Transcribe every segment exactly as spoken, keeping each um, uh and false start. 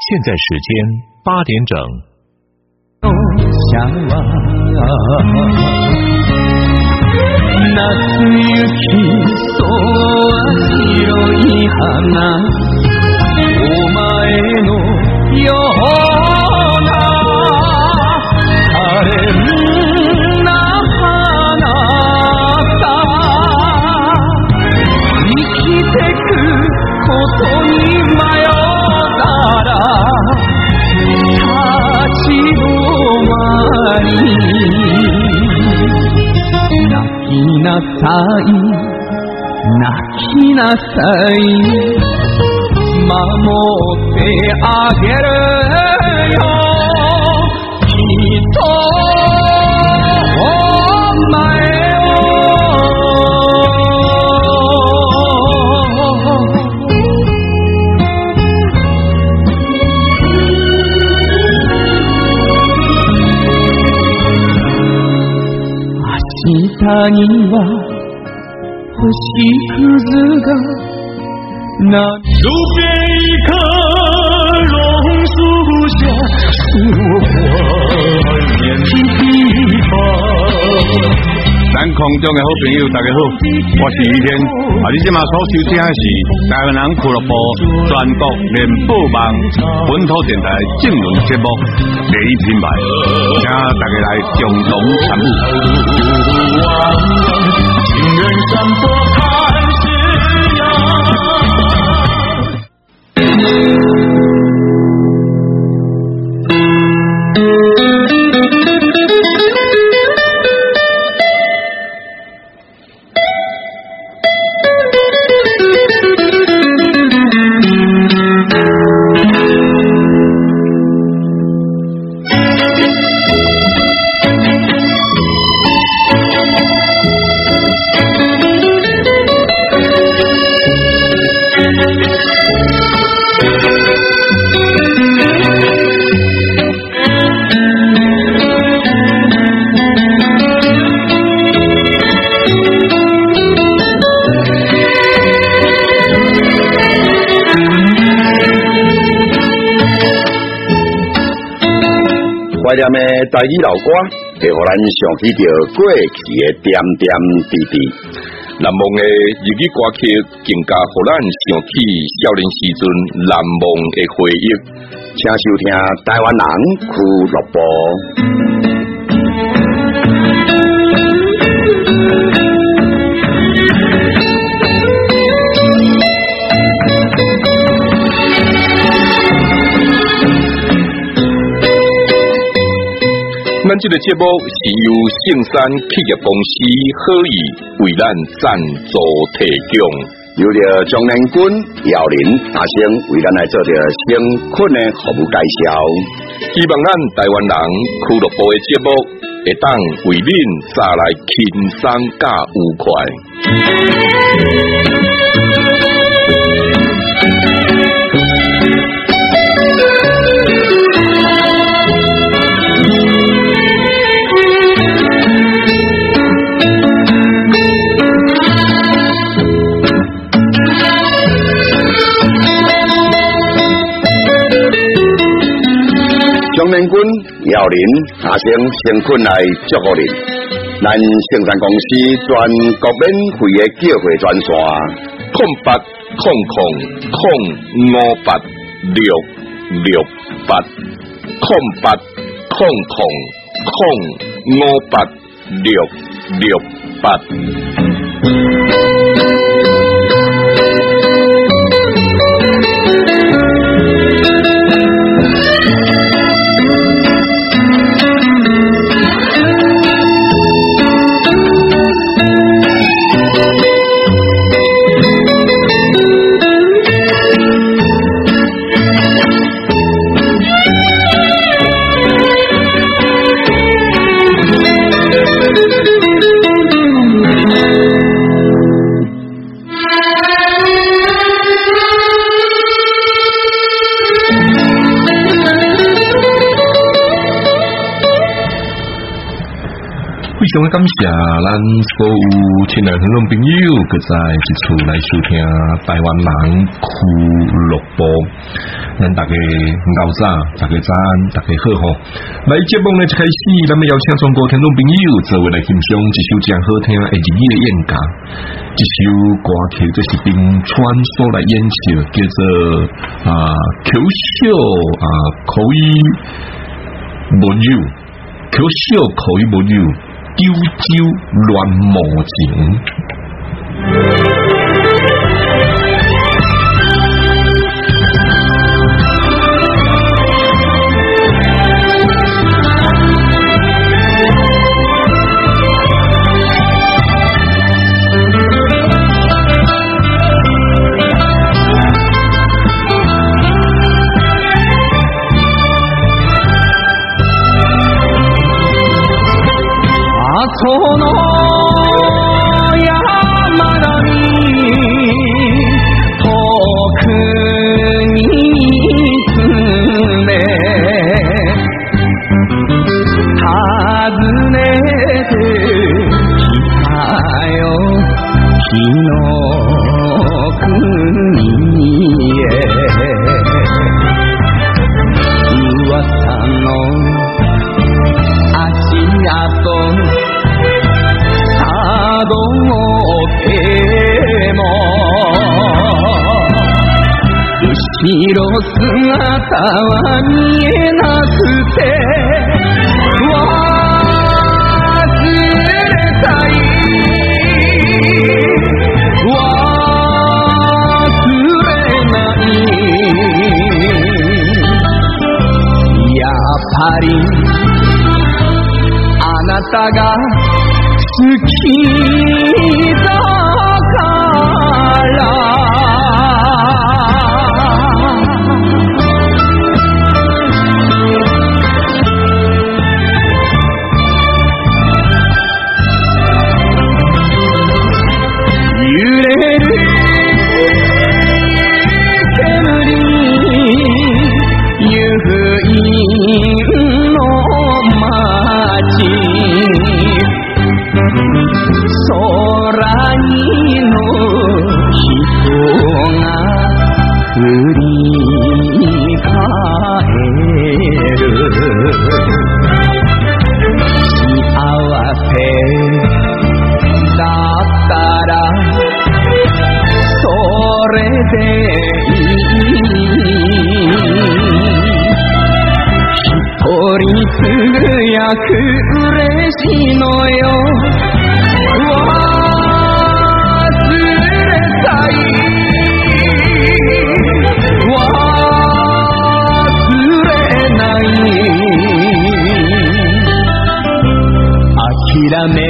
现在时间八点整。 なさい泣きなさい守ってあげるよきっとお前明日には星屑が那树边一棵榕树下是我怀念的地方。 咱空中的好朋友，大家好，我是于天。啊，你今嘛所收听的是台湾人俱乐部全国联播网本土电台政论节目第一品牌，请大家来共同参与。情人山坡看夕阳。 怀念的台语老歌，会互咱想起着过去的点点滴滴。难忘的日语歌曲，更加互咱想起少年时阵难忘的回忆。请收听台湾人俱乐部。咱这个节目是由圣山企业公司好意为咱赞助提供，由着张连军、姚林、阿星为咱来做着相关的服务介绍。希望咱台湾人俱乐部的节目会当为恁带来轻松加愉快。张连军、姚林、阿星先困来祝福您。咱圣山公司全国免费的叫货专线：空八空空空五八六六八，空八空空空五八六六八。 常感谢咱所有亲爱听众朋友，搁在一处来收听台湾人俱乐部。咱大家早早，大家早安，大家好吼。来节目呢一开始，咱们邀请全国听众朋友做为来欣赏一首真好听的日语的演歌。这首歌曲就是冰川所来演唱，叫做啊口秀啊口语文友，口秀口语文友。九州乱无情。 その山田に遠くに住め訪ねてきたよ日の国へ噂の足跡どっても後ろ姿は見えなくて忘れたい忘れないやっぱりあなたが好きだから揺れる煙湯布院の街空にの人が振り返る幸せだったらそれでいい一人つぶやく嬉しいのよ諦め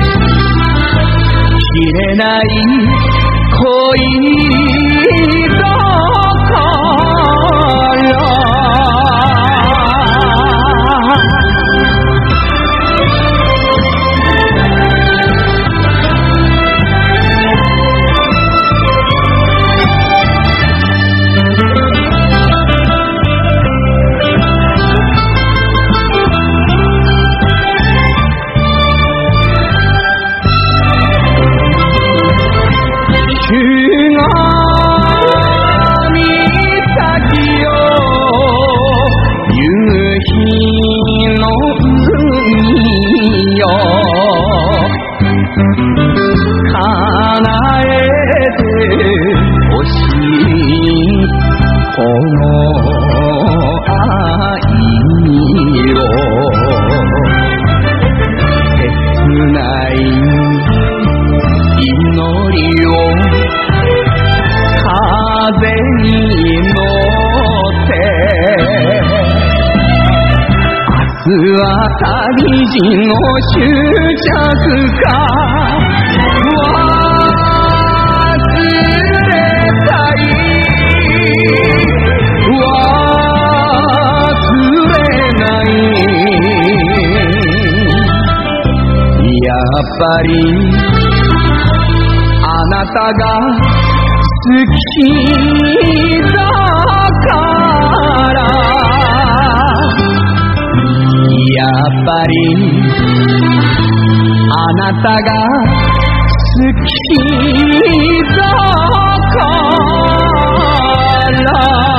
きれない恋だから旅路の終着か忘れたい忘れないやっぱりあなたが好きだからやっぱりなたが好きだから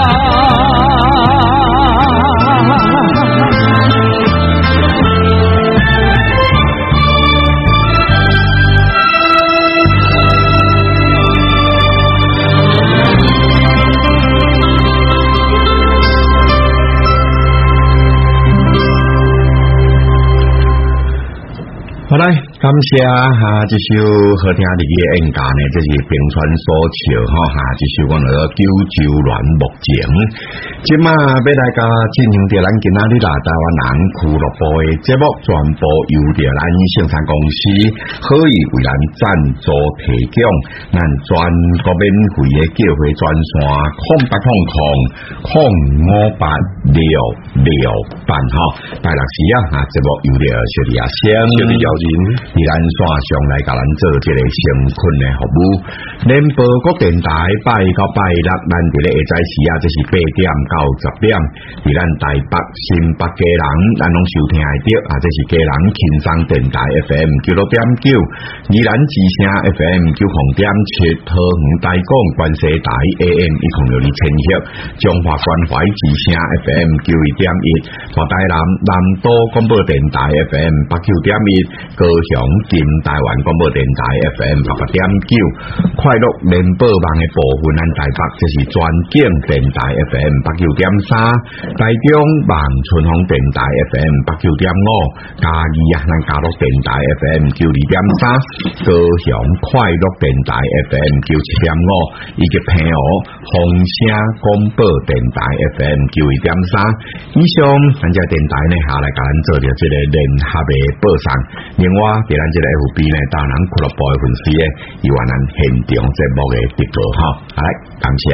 好来，感谢哈，这首好听的演歌呢，这是平川所唱哈哈，这首讲了九州恋目情。今嘛要来甲进行着咱今仔日啦台湾人俱乐部的节目，全部由着咱生产公司可以为咱赞助提供，咱全国免费的叫货专线空八空空空五八六六八哈，拜六时啊哈，节目由着小弟阿先，小弟邀请伫咱线上来甲咱做这个成困的服务。联播国电台拜到拜六，咱伫咧下早时啊，这是八点到十点，伫咱台北、新北家人，咱拢收听会到啊，这是家人轻松电台 F M 九六点九，宜兰之声 F M 九零點七，桃園大港關西台 A M 一零六二千赫，中華關懷之聲 F M 九一點一，華台南南島廣播電台 F M 八九點一，高雄金台灣廣播電台 F M 八八點九，快樂聯播網嘅部分，咱台北這是專景電台 F M 八九點三，台中望春風電台 F M 八九點五，嘉義啊，咱嘉樂電台 F M 九二點三，高雄快樂電台 F M 九七點五，以及平湖風聲廣播電台 F M 九一點三。以上咱只電台呢，下來甲咱做着這個聯合嘅報上。另外，喺咱這個 F B 呢，當然俱樂部嘅粉絲咧，有咱現場節目嘅直播哈。好來，感謝。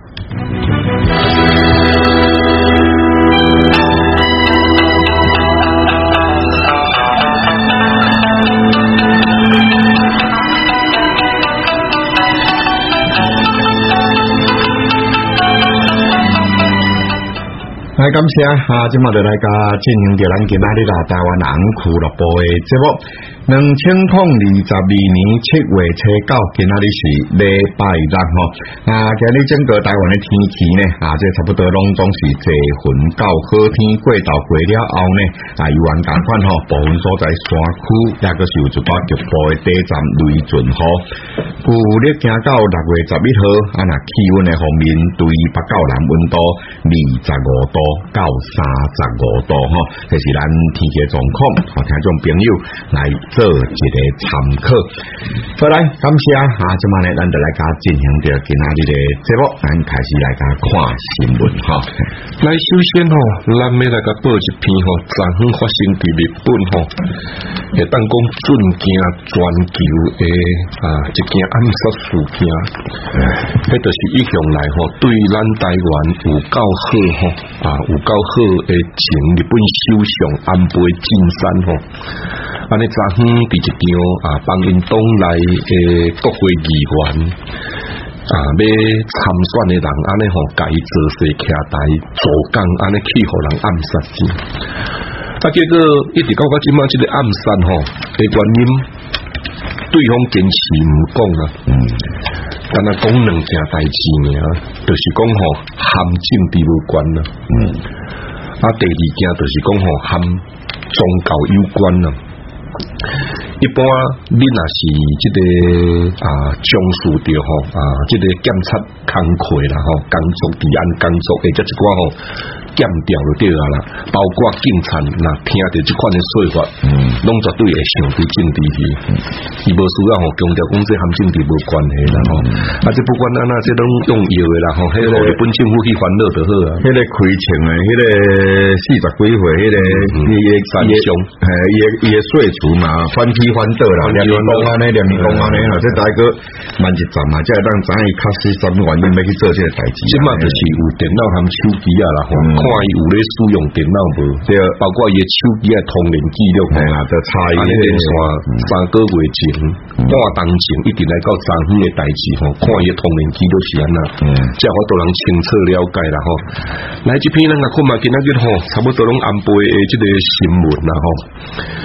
来感謝啊！今日就來甲進行着咱今仔日啦台灣人俱樂部嘅節目。兩千零二十二年七月初九，今仔日是禮拜六吼。啊，今日整個台灣嘅天氣呢，啊，這差不多攏總是濟雲到好天，過到過了後呢，啊，有緣共款吼，部分所在山區也閣是有一寡局部嘅短暫雷陣雨。舊曆行到六月十一號，啊，那氣溫嘅方面，對北到南溫度二十五度到三十五度吼，這是咱天氣狀況，好聽眾朋友來做一個參考。好來，感謝啊！今晚呢，咱就來甲進行着今仔日嘅節目，咱開始來甲看新聞哈。 來，首先吼，咱要來甲報一篇吼，昨昏發生佇日本吼，會當講震驚全球嘅啊一件暗殺事件，迄著是一向來吼，對咱台灣有夠好吼，啊有夠好嘅前日本首相安倍晉三吼。安尼昨昏佇一場啊，幫因黨內誒國會議員啊，要參選誒人，安尼吼，甲伊做勢徛台做工，安尼去互人暗殺先。啊，結果一直到到即馬即個暗殺吼誒原因，對方堅持毋講啦，嗯，但係講兩件代誌爾，就是講吼含政治有關啦，嗯，啊，第二件就是講吼含宗教有關啦。一般你若是即個啊從事着吼啊，即個檢察工課啦吼，工作治安工作或者一寡吼檢調就對啊啦，包括警察若聽着即款嘅說法，嗯，攏絕對會想對政治去，伊無需要吼強調講這含政治無關係啦吼，啊，即不管安那，即攏用藥嘅啦吼，迄個日本政府去煩惱就好啊。 迄個開槍誒，迄個四十幾歲，迄個伊個三兄，係伊個伊個歲數嘛，反批反倒啦，連民講安尼，連民講安尼啦，即大個萬一站嘛，即係當知伊確實什麼原因要去做這個代誌。 即嘛就是有電腦含手機啊啦吼。看伊有咧使用電腦無？對，包括伊手機嘅通聯記錄，係啦，就差伊連續三個月前，半當前一直來到昨昏嘅代誌吼，看伊嘅通聯記錄是安那，即係我都能清楚了解啦吼。來這篇咱個看嘛，今仔日吼，差不多攏安倍嘅即個新聞啦吼。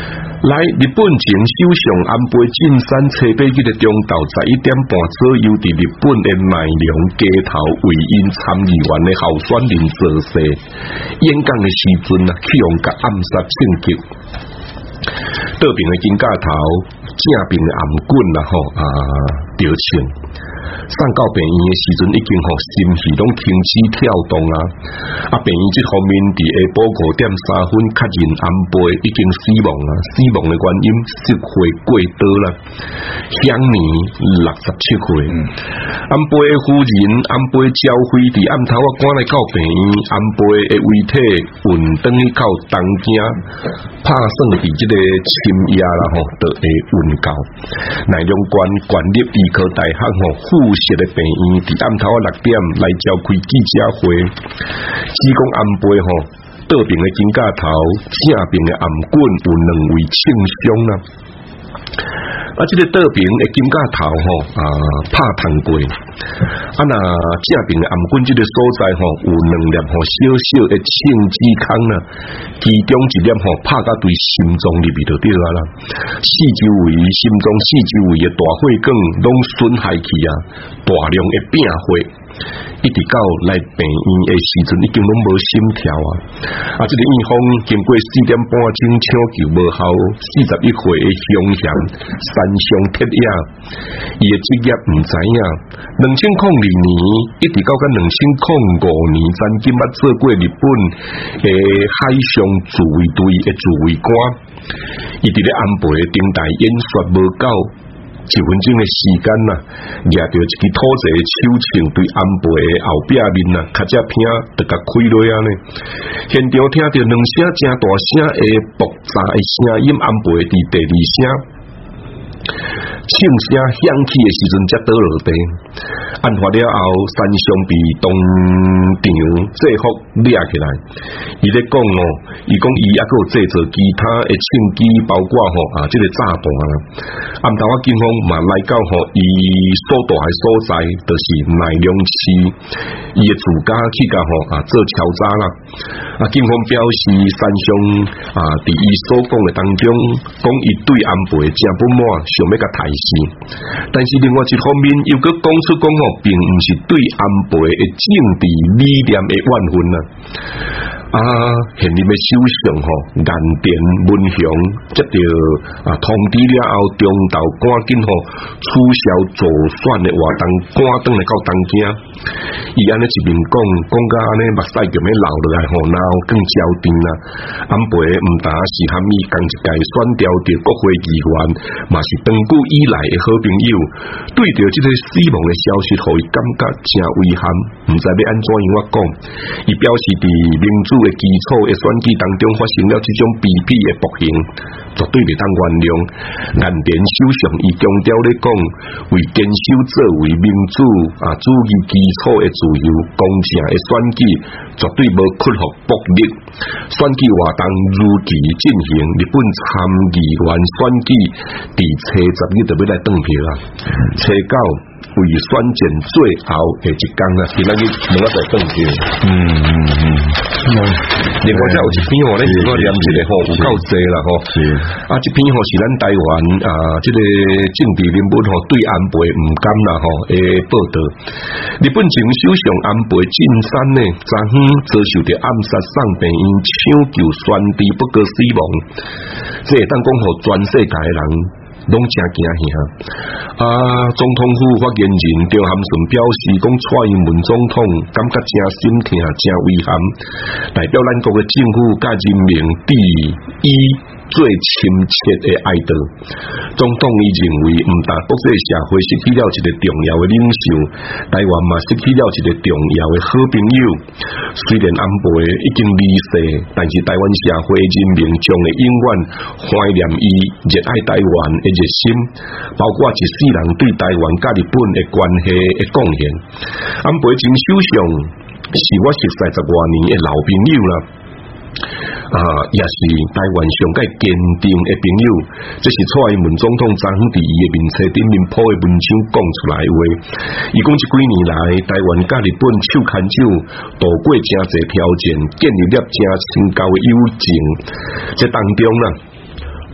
来日本前首相安倍晋三车飞机的中昼十一點半左右，佇日本的奈良街頭為因參議員的候選人造勢演講的時陣啊，去用甲暗殺衝擊，倒邊的金架頭，正邊的頷頸啦吼啊著穿。送到病院的時陣，已經吼心臟攏停止跳動啊！啊，病院這方面佇下晡五點三分確認安倍已經死亡啊！死亡的原因失血過多啦，享年六十七歲。嗯、安倍的夫人安倍昭惠佇暗頭啊趕來到病院，安倍的遺體運轉去到東京，拍算佇這個深夜啦吼，就會運到奈良縣縣立醫科大學吼附設的病院，佇暗頭啊六點來召開記者會，只講安倍吼倒邊的肩胛頭，正邊的頷頸有兩位輕傷啦。啊，這個倒邊的肩胛頭吼啊拍燙過，啊那正邊的頷頸這個所在吼有兩粒吼小小的青子孔啦，其中一粒吼拍到對心臟入面就對啊啦，四周圍心臟四周圍的大血管攏損害去啊，大量的變血。一直到來病院的時陣，已經攏無心跳啊！啊，這個院方經過四點半鐘搶救無效，四十一歲的凶險三傷鐵也，伊的職業唔知影。兩千零二年一直到甲兩千零五年，曾經捌做過日本嘅海上自衛隊嘅自衛官，伊佇咧安倍的頂台演說無夠一分鐘的時間呐，掠到一支土製的手槍對安倍的後壁面呐，卡只片就甲開落啊呢。現場聽到兩聲正大聲的爆炸的聲音，安倍佇第二聲槍聲響起的時陣才倒落地。案發了後，三傷被當場制服掠起來。伊咧講哦，伊講伊還閣有製造其他的槍支，包括吼啊，這個炸彈啦。暗頭啊，警方嘛來到吼伊所在的所在，就是奈良市，伊嘅住家去甲吼啊做敲詐啦。啊，警方表示三傷啊，佇伊所講嘅當中，講伊對安倍真不滿，想要甲刣死。但是另外一方面又閣講出講吼，並唔是對安倍嘅政治理念嘅怨恨啊。啊，現任嘅首相吼岸田文雄接到啊通知了後，中晝趕緊吼取消助選嘅活動，趕轉來到東京。伊安尼一面講，講甲安尼目屎咁樣流落來，吼，然後更焦點啦。安倍唔單是含伊同一屆選調着國會議員，嘛是長久以來嘅好朋友，對着這個死亡嘅消息，互伊感覺真遺憾，唔知要安怎樣我講。伊表示佇民主嘅基礎嘅選舉當中發生了這種卑鄙嘅暴行，絕對袂當原諒。岸田首相伊強調咧講，為堅守作為民主啊主義基礎嘅自由公正嘅選舉，絕對無屈服暴力。選舉活動如期進行，日本參議員選舉佇初十日就要來登票啦，初九為選戰最後嘅一天啦，今仔日兩個在登票。嗯嗯嗯。另外再有一篇吼，咧如果念一個吼有夠濟啦吼。啊，這篇吼是咱台灣啊，這個政治人物吼對安倍唔甘啦吼嘅報道。日本前首相安倍晉三呢，昨昏遭受到暗殺送病院搶救宣治不過死亡，這會當講互全世界的人攏真驚嚇。啊，總統府發言人張含順表示講，蔡英文總統感覺真心痛、真遺憾，代表咱國嘅政府甲人民第一最親切的愛道。總統伊認為，唔但國際社會失去了一個重要的領袖，台灣嘛失去了一個重要的好朋友。雖然安倍已經離世，但是台灣社會人民將會永遠懷念伊熱愛台灣的熱心，包括一世人對台灣甲日本的關係的貢獻。安倍前首相是我熟悉十多年的老朋友啦。啊，也是台灣上界堅定的朋友，這是蔡英文總統昨昏佇伊的面冊頂面鋪的文章講出來的話。伊講這幾年來，台灣甲日本手牽手度過真儕挑戰，建立了真深厚的友情。這當中啦，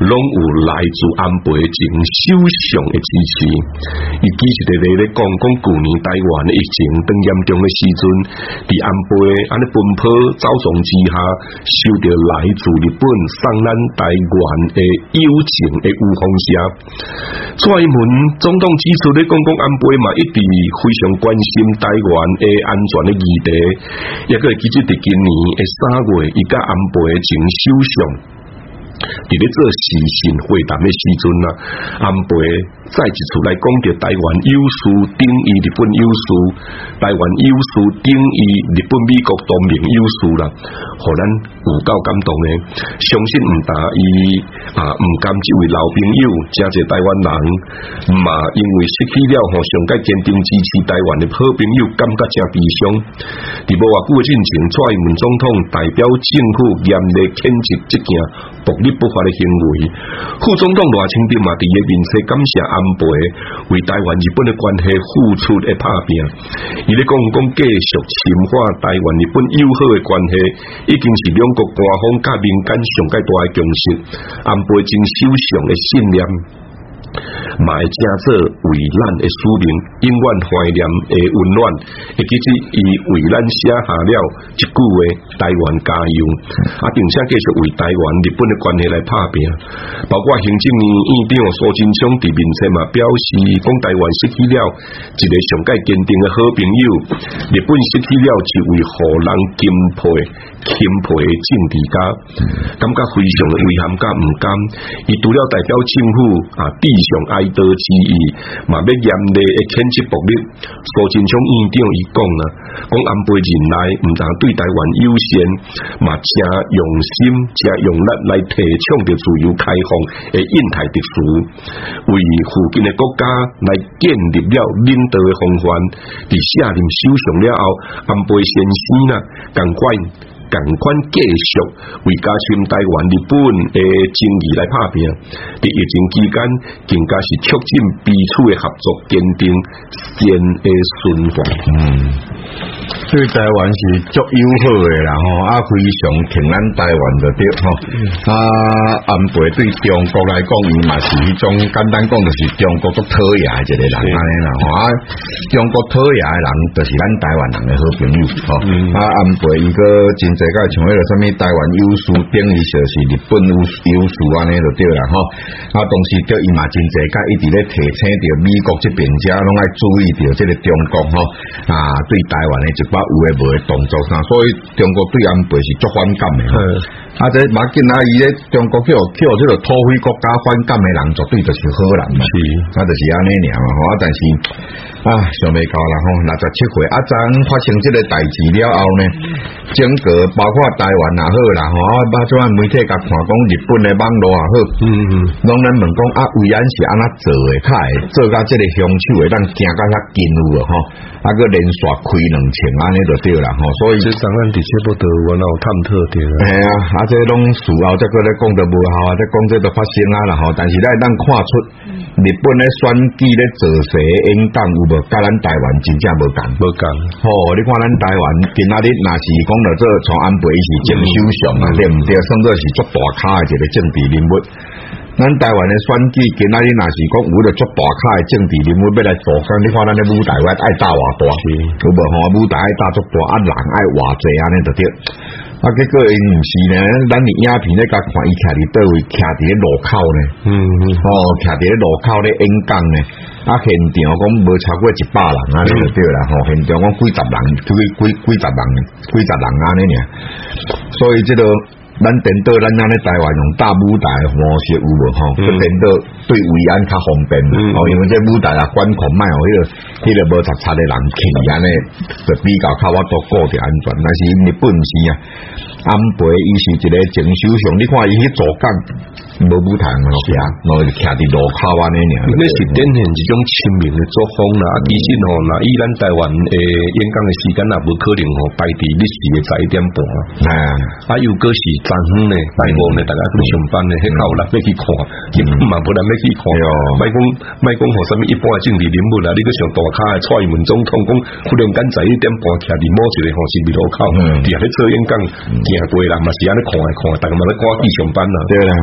拢有来自安倍前首相的支持。伊其实咧咧讲讲旧年台湾的疫情更严重的时阵，伫安倍安尼奔波走动之下，受到来自日本送咱台湾的友情的有风声。蔡英文总统指出咧，讲讲安倍嘛一直非常关心台湾的安全的议题，也个记住伫今年的三月，伊甲安倍前首相伫咧做视讯会谈的时阵啊，安倍再一次来讲到台湾有事等于日本有事，台湾有事等于日本美国同盟有事啦，互咱有够感动的。相信唔但伊啊唔甘这位老朋友，真侪台湾人嘛，因为失去了吼上届坚定支持台湾的好朋友，感觉真悲伤。伫无偌久的进程，蔡英文总统代表政府严厉谴责这件暴力不法的行为。副总统赖清德嘛，伫个面册感谢安倍为台湾日本的关系付出的打拼。伊咧讲讲继续深化台湾日本友好的关系，已经是两国官方甲民间上界大的共识。安倍前首相的信念，嘛会正做为咱的使命，永远怀念的温暖，会记住伊为咱写下了一句话：台湾加油！啊，并且继续为台湾日本的关系来打拼。包括行政院院长苏贞昌伫面册嘛表示，讲台湾失去了一个上界坚定的好朋友，日本失去了一位互人敬佩、钦佩的政治家，感觉非常的遗憾甲唔甘。伊除了代表政府啊，地上哀悼之意，嘛要严厉的谴责暴力。苏贞昌院长伊讲啦，讲安倍任内唔但对台湾友善，嘛正用心、正用力来提倡着自由开放的印太特殊，为附近的国家来建立了领导的风范。伫卸任首相了后，安倍先生啦，赶快。共款继续为加深台湾日本的情谊来打拼。伫疫情期间，更加是促进彼此的合作，坚定善的循环。 嗯，对台湾是足友好的啦吼，啊非常挺咱台湾的对吼。啊，安倍对中国来讲，伊嘛是迄种简单讲，就是中国足讨厌的一个人安尼啦吼。啊，中国讨厌的人，就是咱台湾人的好朋友吼。啊，安倍伊个真。这个像迄个什么台湾有事等于就是日本有有事安尼就对啦吼。啊，同时对伊嘛真侪个一直咧提醒着美国这边遮拢爱注意着这个中国吼啊对台湾的一寡有诶无诶动作啥，所以中国对安倍是足反感诶。啊，这马紧啊，伊咧中国叫叫这个土匪国家反感诶人，绝对就是好人嘛。是，啊，就是安尼尔嘛吼。啊，但是啊，想未到啦吼，六十七岁啊，咱发生这个代志了后呢，整个包括台湾也好啦吼，啊，把这媒体甲看讲日本的网络也好，嗯嗯，拢咱问讲啊，为安是安怎做诶，较会做甲这个凶手诶，咱行甲较紧有啊吼，啊个连续开两千安尼就对啦吼，所以这上岸的确不得我有探讨着啦， 系啊，啊这拢事后再个咧讲得无效啊，再讲这都发生啊啦吼，但是咱咱看出日本咧选举咧做势演讲有无甲咱台湾真正无共， 无共， 吼、哦，你看咱台湾今仔日若是讲到这从安倍是前首相啊，对毋对？算做是足大咖诶一个政治人物。咱台湾诶选举今仔日若是讲有了足大咖诶政治人物要来做工，你看咱诶舞台爱爱大偌大，有无吼？舞台爱大足大，啊人爱偌济安尼就对。啊，结果因毋是呢，咱伫影片咧甲看伊徛伫倒位，徛伫咧路口呢，嗯嗯，哦，徛伫咧路口咧演讲呢，啊，现场讲无超过一百人安尼就对啦，吼、嗯，现场讲几十人，几几几十人，几十人安尼尔，所以即、這個咱顛倒咱安尼台灣用大舞台模式有無吼？即顛倒對維安較方便，哦、嗯，因為即舞台啊管控賣哦，迄、那個迄、那個無擦擦的人去安尼，就比較較我都顧着安全。但是日本毋是啊，安倍伊是一個前首相，你看伊去做工無舞台嘛，是啊，然後就徛佇路口安尼爾。 那是典型一種親民的作風啦。其實吼，嗱，以咱台灣誒演講嘅時間也無可能吼排佇歷史嘅十一點半啊。啊，又個是昨昏呢，大部呢，大家去上班呢，迄夠人要去看，亦嘛無人要去看。莫講莫講吼，啥物一般嘅政治人物啦，你個上大咖嘅蔡英文總統講，忽然間十一點半徛佇某一個吼是路口，佇遐咧做演講，行過人嘛是安尼看來看，大家嘛咧趕去上班啦。 對啦。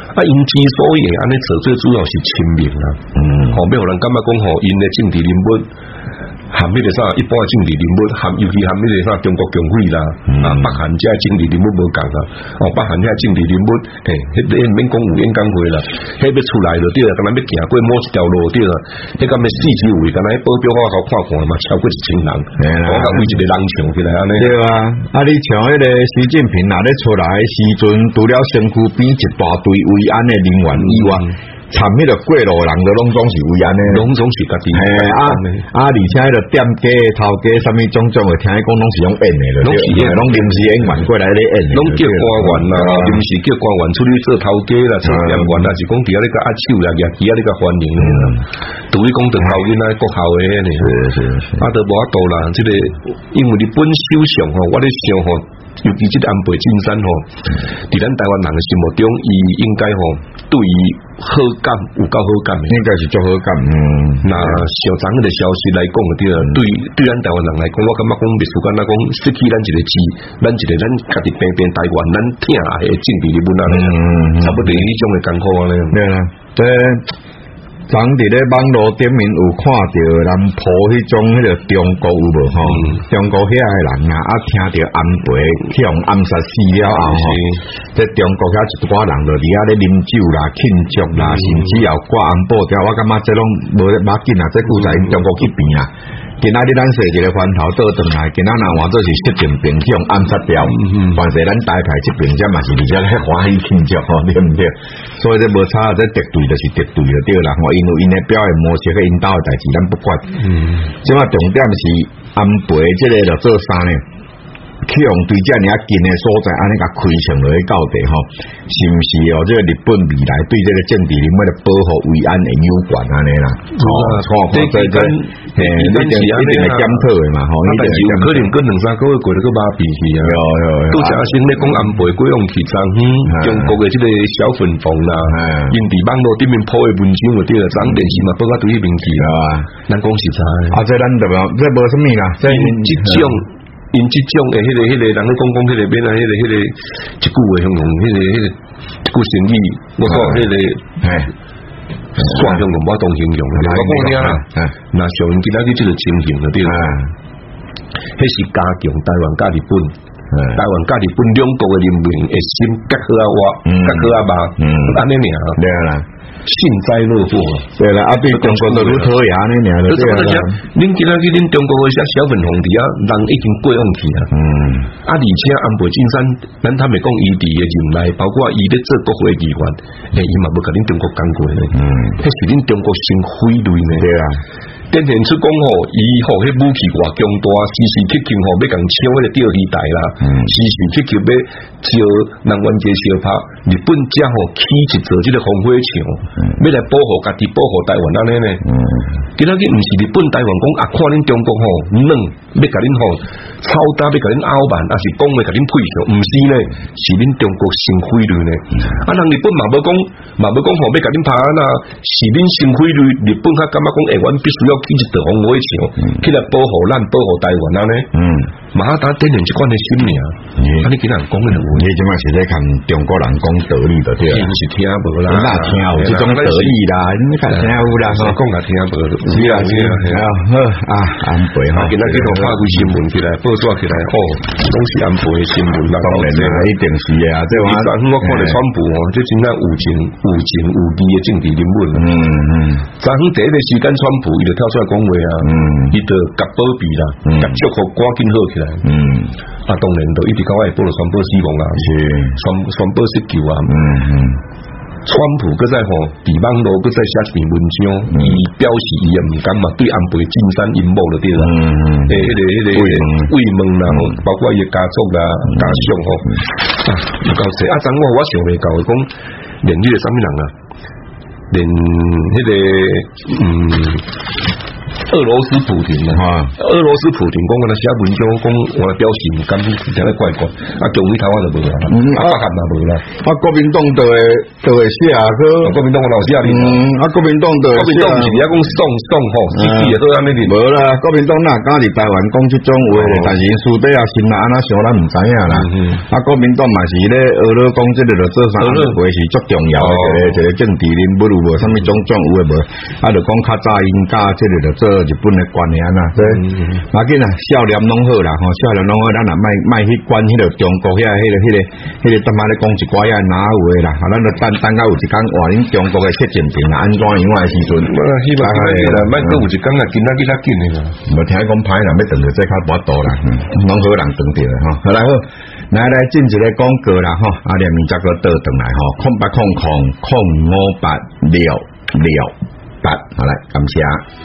啊，因之所以安尼做，最主要是亲民啦。嗯，吼、哦，要互人感觉讲吼，因的政治人物含迄个啥，一般的政治人物含，尤其含迄个啥中國共匪啦，嗯、啊，北韓遮政治人物無共啦，哦，北韓遮政治人物，嘿，迄個免講有演講會啦，迄要出來就對啦，敢若要行過某一條路對啦，迄咁嘅四周圍，敢若迄保鏢我好看看嘛，超過一千人，我甲為一個人唱起來安尼。對啊， 啊，你像迄個習近平若咧出來時陣，除了身軀邊一大堆維安的人員以外。參迄個過路人就攏總是為安尼， 攏總是家己。 嘿啊啊！而且迄個店家、頭家，啥物種種嘅，聽伊講攏是用演嘅咯，攏是攏臨時演員過來咧演嘅， 攏叫官員啦，臨時叫官員出去做頭家啦，做店員啦，是講佇遐咧個壓手啦，壓起啊咧個歡迎嘅啦。對於講着頭囡仔國校嘅呢，啊，都無法度啦。即個因為日本首相吼，我咧想吼。尤其即個安倍晉三吼，佇咱台灣人嘅心目中，伊應該吼對伊好感有夠好感嘅， 應該是足好感。嗯， 那小張嘅消息來講嘅啲啊，對對咱台灣人來講，我感覺講別說干那講失去咱一個字，咱一個咱家己平平台灣，咱聽下嘅政治人物啊，差不多呢種嘅艱苦啊咧。對啦， 對。昨佇咧網絡頂面有看到人抱迄種迄個中國有無吼？中國遐個人啊，啊聽到安倍去互暗殺死了後吼，即中國遐一寡人就佇遐咧啉酒啦、慶祝啦，甚至有掛安保條，我感覺這種無要緊啊，這古在中國去邊啊。今仔日咱說一個番頭倒轉來，今仔若換做是習近平去互暗殺掉，但是咱台派這邊只嘛是而且咧歡喜慶祝吼，對唔對？所以這無差，這敵對就是敵對就對啦。我因為因嘅表現模式嘅引導嘅代志，咱不管。嗯，即嘛重點是安倍這個就做啥呢？去用對遮爾啊近嘅所在，安尼甲開場落去到底吼，是毋是哦？即、這個日本未來對這個政治人物嘅保護維安會有關安尼啦？哦，錯，這這這，嘿，你一定一定係檢討嘅嘛？吼， 但是有可能過兩三個月過咗個馬屁去啊！有有有，都正先咧講安倍過用去爭中國嘅即個小粉紅啦，因佇網絡頂面鋪嘅文章嗰啲啦，漲電視嘛，報啊對面去啊，咱講實在。 啊，這咱就無，這無啥物啦， 即即種。因即種誒，迄個、迄個人咧講講，迄個邊啊，迄個、迄個一句話形容，迄個、迄個一句成語，我講迄個，係，雙向同我當形容嘅。我講聽啦，嗱，上今仔日即個情形嗰啲啦，迄是加強台灣加日本，台灣加日本兩國嘅人民會先隔好啊，我隔好啊吧，安尼爾，對啦。幸災樂禍，對啦，啊對中國都如討厭呢，呢對啦。恁今仔日恁中國嗰些小粉紅啲啊，人已經過用去啊。嗯。啊，而且安倍晉三，咱他們講伊佇嘅任內，包括伊咧做國會議員，誒，伊嘛無甲恁中國講過咧。嗯。迄是恁中國先毀類呢。對啦。展現出講吼，伊吼迄武器偌強大，時時刻刻吼要共搶迄個釣魚台啦，時時刻刻要招人員嘅相拍，日本只吼起一座即個烽火牆，要來保護家己，保護台灣安尼呢。今仔日毋是日本台灣講啊，看恁中國吼軟，要甲恁吼操打，要甲恁拗辦，啊是講要甲恁配合，毋是呢，是恁中國先毀類呢。啊，人日本嘛無講，嘛無講吼要甲恁拍啊，是恁先毀類，日本較感覺講誒，阮必須要。起一道烽火牆，起來保護咱，保護台灣安尼。嗯，馬哈達點燃一款嘅心命，啊，你今人講嘅就， 你即馬是在看中國人講道理就對啦， 是聽無啦， 哪聽有這種道理啦？你看聽有啦， 講也聽無，是啊是啊係啊，好啊，安倍哈， 今仔日同發佈新聞起來，報紙起來，哦，攏是安倍嘅新聞啦， 當然啦，一定是嘅啊，即係話， 我看嚟川普哦，即真係有情有情有義嘅政治人物。嗯嗯，昨昏第一個時間，川普伊就跳出來講話啊，伊就甲保庇啦，甲祝福趕緊好起來。嗯，啊，當然就一直到下晡就宣布死亡啊，是宣宣布失救啊。嗯嗯，川普擱再吼，佇網絡擱再寫一篇文章，伊表示伊也毋敢嘛對安倍晉三陰謀就對啦。嗯嗯，誒，迄個迄個慰問啦，吼，包括伊家族啦、家屬吼，啊，唔夠勢。啊，昨我我想未到講，連呢個啥物人啊？連迄、那個嗯， 俄罗斯普京啊，俄罗斯普京讲我那写文章讲我表示唔甘，真系怪怪。啊，中美台湾就无啦，嗯，啊，北韩嘛无啦。 啊，国民党就会就会写啊，个国民党我老写哩。 嗯，啊，国民党就国民党唔是而家讲送送吼，实际也都安尼哩。 无啦，国民党哪敢伫台湾讲即种话咧？但是私底下心内安怎想，咱唔知影啦。啊，国民党嘛是咧俄罗讲即个就做啥话是足重要诶一个一个政治人物，无啥物种种有诶无？啊，就讲较早因甲即个就做日本诶关系啊，对。要紧啊，少年拢好啦，吼，少年拢好，咱若卖卖去管迄个中国遐迄个迄个迄个他妈咧讲一寡遐哪有诶啦？啊，咱就等等到有一天话恁中国诶习近平啊安怎样诶时阵， 我希望啦，卖过有一天啊，今仔日较紧诶啦。 无听讲歹啦，要等着这较无多啦，拢好人等着诶吼。好来好，来来进一个广告啦吼，啊连面则个倒转来吼，空八空空空五八六六八，好来感谢。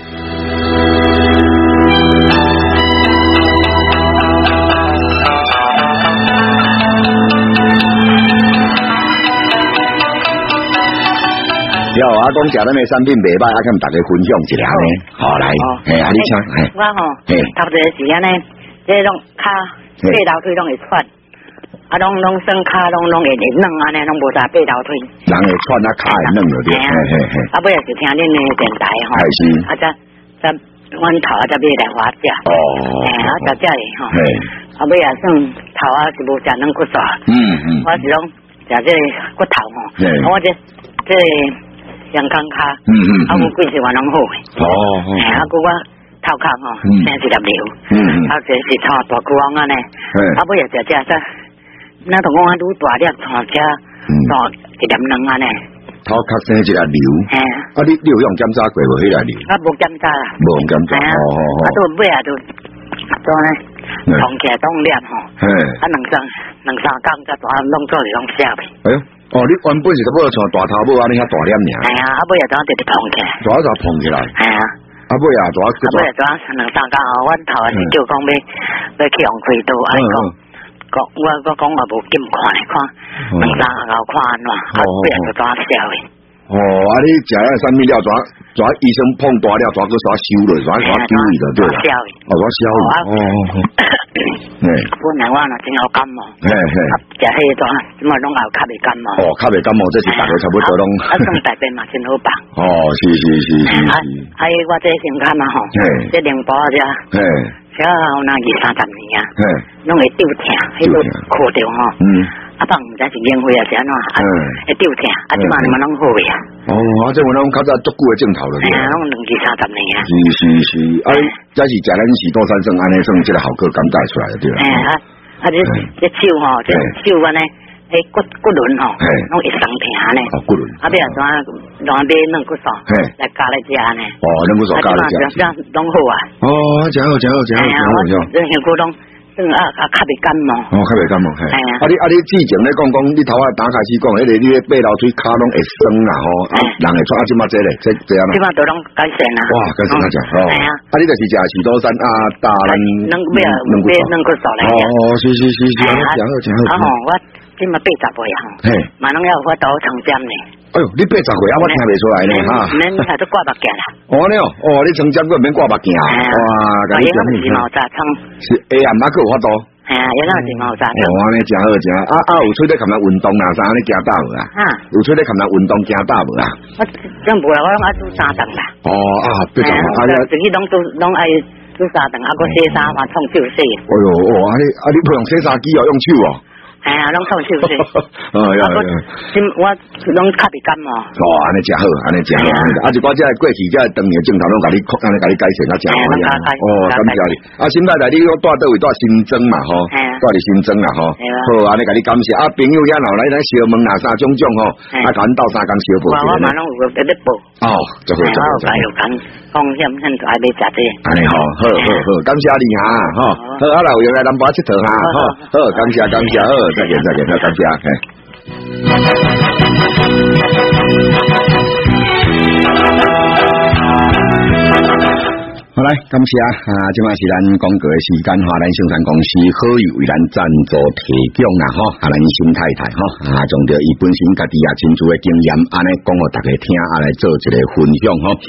有啊，讲食咱诶产品袂歹，啊，跟大家分享一下呢。好来，嘿，啊，你请，嘿， 我吼，差不多时间呢，这种骹八条腿拢会喘，啊，拢拢算骹拢拢会会软安尼，拢无啥八条腿。 人会喘啊，骹会软了对，嘿嘿嘿。 啊，尾也是听恁诶电台吼， 还是， 啊，则则阮头啊，则买来花食。哦。嘿，啊，则遮哩吼。嘿。啊，尾也算头啊是无食软骨煞。嗯嗯。我是拢食这骨头吼，啊，我这这。阳光卡，嗯嗯，啊，我贵是话拢好诶，哦，哎，啊，我头壳吼，生一粒瘤，嗯嗯，啊，这是炒大骨王安尼，啊，尾也食食食，那同我愈大粒炒吃，炒一粒卵安尼， 头壳生一粒瘤，哎，啊，你你有用检查过无？迄粒瘤？ 啊，无检查啦， 无用检查，哦哦哦， 啊，都尾啊都，都呢，冻起来冻粒吼，嘿，啊，两三两三工才大弄做是拢消去，哎呦。 哦，你原本是个要像大头母安尼遐大粒尔。 系啊，啊尾也怎直直碰起来。 怎就碰起来？ 系啊。 啊尾也怎？啊尾也怎？两三工后，阮头是叫讲要要去用开刀，啊讲讲我我讲我无紧看看，两三下后看安怎？啊尾也就怎消的。 哦，啊你食遐啥物料怎？怎医生碰大了，怎个怎收落，怎怎丢伊了对啦。哦，怎消伊？哦哦。 本来我若真有感冒，嘿嘿，食迄种，怎么拢也较袂感冒。 哦，较袂感冒，这是大家差不多拢。 啊，算大便嘛，真好放。 哦，是是是是。 啊，还有我这心肝嘛吼，这零包只，嘿，只有那二三十年啊，嘿，拢会丢疼，迄个苦着吼，嗯，啊放毋知是烟灰啊是安怎，啊，会丢疼，啊，即嘛你们拢好个啊。哦， 啊，这我拢较早足久的镜头了。 哎呀，拢两二三十年啊。 是是是，啊，这是食咱许多山生安尼算即个好个感觉出来的对啦。 哎啊，啊这这手吼，这手安尼，迄骨骨轮吼，拢会生疼呢。哦，骨轮。啊，别怎啊，怎啊买软骨素来加来食呢。 哦，软骨素加来食。 这样拢好啊。 哦，真好真好真好真好真好。 这香菇拢。嗯啊啊，较袂感冒。 哦，较袂感冒，嘿。啊，你啊，你之前咧讲讲，你头啊打开始讲，迄个你咧爬楼梯骹拢会酸啦，吼，啊，人会出啊，即马这咧，这这样啦。 即马都拢改善啦。 哇，改善啊，讲，哦。系啊。啊，你就是食许多山啊，大人。 能买能买能够少来。 哦哦，是是是是，真好真好。 啊吼，我即马八十岁啊，嘿，马上要有法度成针呢。 哎呦，你八十岁啊，我听袂出来呢，哈。 免还都挂目镜啦。 哦呢哦，哦，你成针个免挂目镜啊。哇， 咁你讲是毛扎仓。 是下暗那个有法度。 系啊，有那是毛扎仓。 哦，安尼真好真好。啊啊，有出咧琴日运动啦，啥安尼行大无啊？哈，有出咧琴日运动行大无啊？ 我真无啦，我拢爱做三顿啦。 哦啊，八十岁啊， 自己拢做拢爱做三顿，啊个洗衫嘛，创手洗。 哎呦，哦，啊你啊你不用洗衫机哦，用手哦。 哎呀，拢创手洗。 哦呀呀。 今我拢较袂感冒。 哦，安尼真好，安尼真好。啊，一寡只过去只当年镜头拢甲你，安尼甲你改善啊，真好呀。哦，感谢你。啊，现在来你要带倒位带新增嘛吼，带你新增啦吼。好，安尼甲你感谢。啊，朋友遐老来咱小问哪啥种种吼，啊，甲咱斗三工小报。 我我马上有个咧报。 哦，就好就好。 还有讲讲险险就爱买食这。 安尼吼，好好好，感谢你哈，吼。好，啊，来有来南巴佚佗哈，吼，好，感谢感谢，好，再见再见，好，感谢，嘿。好来，感谢啊！即马是咱广告的时间哈，咱生产公司好友为咱赞助提供啦哈，啊，咱新太太哈，啊，从着伊本身家己也亲自的经验，安尼讲互大家听，啊来做一个分享哈。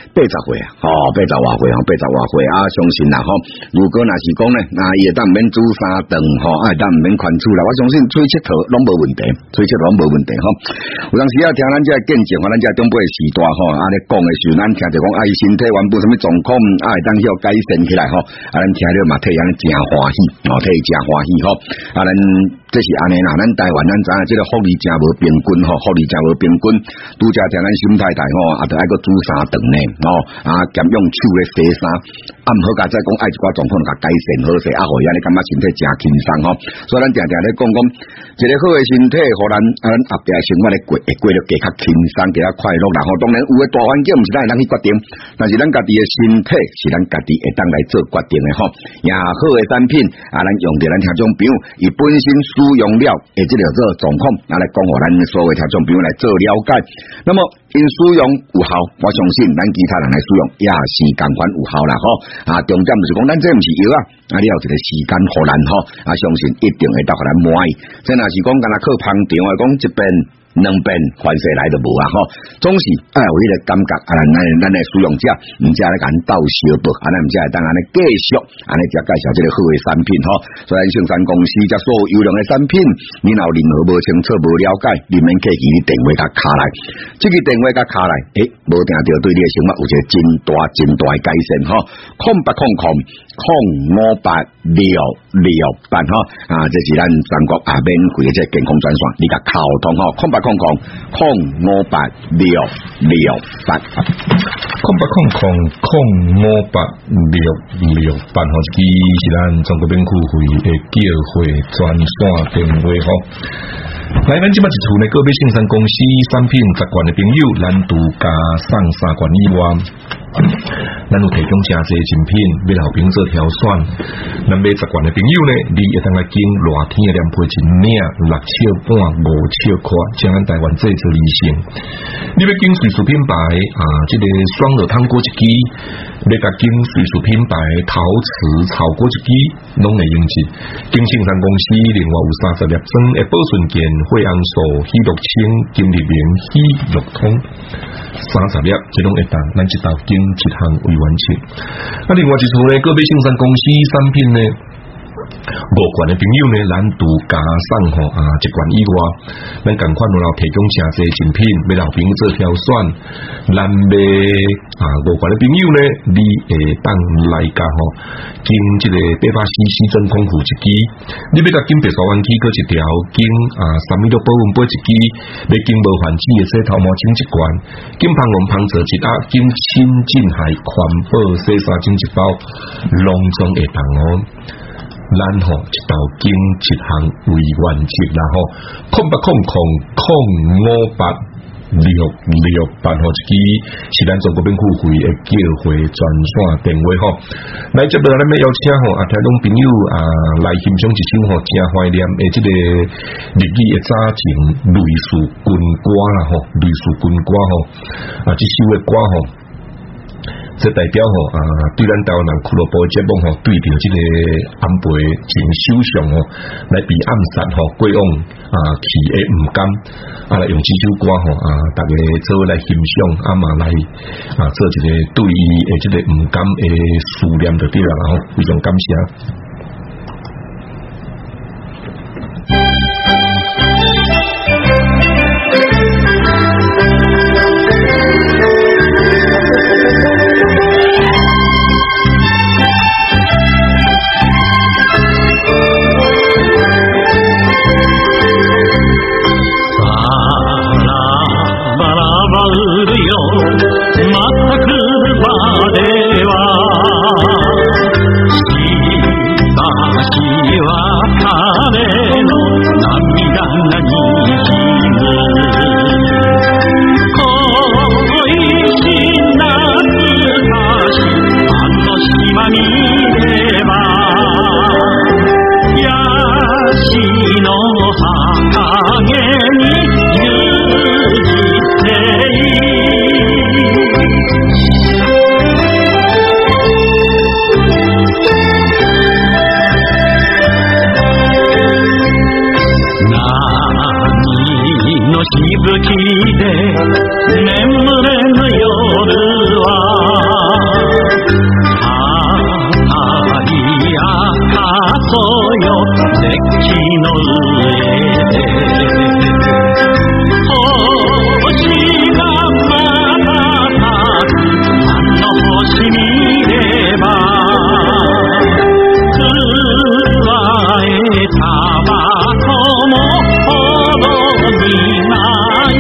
八十岁啊，哦，八十外岁哦，八十外岁啊，相信啦吼。如果若是讲呢，那伊会当毋免煮三顿吼，啊，会当毋免款厝啦，我相信吹七头拢无问题，吹七头拢无问题吼。有当时啊，听咱这见证，咱这中辈时代吼，啊，咧讲的时候，咱听着讲啊，伊身体原本什么状况，啊，会当许改善起来吼，啊，咱听着嘛替咱真欢喜，哦，替伊真欢喜吼，啊，咱这是安尼啦，咱台湾咱知影，这个福利真无平均吼，福利真无平均，拄则听咱心太太吼，啊，着爱个煮三顿呢，哦，啊，兼用手咧洗衫，啊，毋好甲再讲爱一寡状况甲改善好势，啊，互伊安尼感觉身体真轻松吼，所以咱常常咧讲讲，一个好诶身体，互咱啊，咱后壁生活咧过会过得加较轻松，加较快乐啦吼。当然有诶大环境毋是咱会当去决定，但是咱家己诶身体是咱家己会当来做决定诶吼。也好诶产品啊，咱用着咱听众朋友伊本身使用了诶，即个做状况，啊来讲互咱所有听众朋友来做了解。那么因使用有效，我相信咱其他人来使用也是共款有效啦吼。啊，重点就是讲咱这毋是药啊，啊你有一个时间互咱吼，啊相信一定会得互咱满意。这若是讲敢若靠捧场诶，讲一遍。两遍凡事来就无啊吼，总是哎有迄个感觉啊，咱咱诶使用者毋则咧甲咱斗相报，啊咱毋则会当安尼继续安尼则介绍即个好诶产品吼。所以圣山公司则所有优良诶产品，你若有任何无清楚无了解，你免客气，你电话甲卡来，即个电话甲卡来，诶，无定着对你诶生活有一个真大真大诶改善吼。空八空空空五八六六八吼啊，这是咱全国啊免费诶即健康专线，你甲沟通吼，空八空空空五八六六八， 空八空空空五八六六八吼，即是咱中国免付费诶叫货专线电话吼。来，咱即摆一厝呢，个别生产公司产品十罐的朋友，咱独家送三罐以外，咱有提供真侪精品，要老朋友做挑选。咱买十罐的朋友呢，你会当来经热天的连配一领六尺半、五尺宽，将咱台湾制作理性。你要经瑞士品牌啊，这个双热汤锅一支，要甲经瑞士品牌陶瓷炒锅一支，拢会用起。经生产公司另外有三十粒装的保顺健。惠安素、喜乐清、金利明、喜乐通三十粒，这种会当咱一道经一项为完成。啊，另外一处呢，个别生产公司产品呢，五罐的朋友呢，咱独家送吼啊一罐以外，咱共款有提供真侪精品，要老朋友做挑选。咱买啊五罐的朋友呢，你会当来家吼，经这个八百 C C 真空壶一支，你要甲经白沙湾区搁一条，经啊三米六保温杯一支，要经无环境的洗头毛巾一罐，经芳龙芳泽一盒，经亲近海环保洗衫巾一包，拢总会当哦。咱吼一道经一项为完成啦吼，空八空空空五八六六八吼，一支是咱中国免付费的叫货专线电话吼。来接落来咱要邀请吼啊，听众朋友啊来欣赏一首吼真怀念的这个日语的早前类似军歌啦吼，类似军歌吼啊，这首的歌吼。这代表吼啊，对咱台湾人俱乐部节目吼，对着这个安倍前首相吼，来被暗杀吼，过往啊去的唔甘啊，来用这首歌吼啊，大家做来欣赏啊嘛来啊，做一个对伊的这个唔甘的思念就对啦，然后非常感谢。 息吹で眠れぬ夜はデッキの上で星がまばたくあの星見ればくわえたばこもほどにない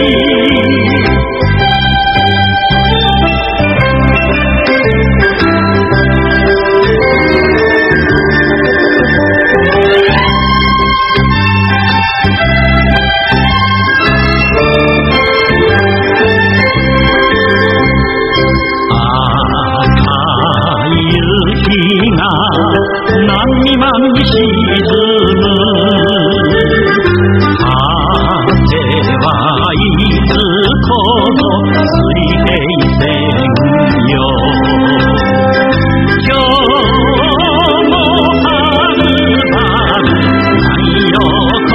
波間に沈む果てはいつこの水平線よ今日もはるばる太陽こ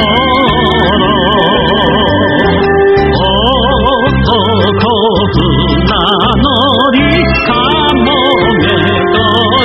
の男船乗りかもめどり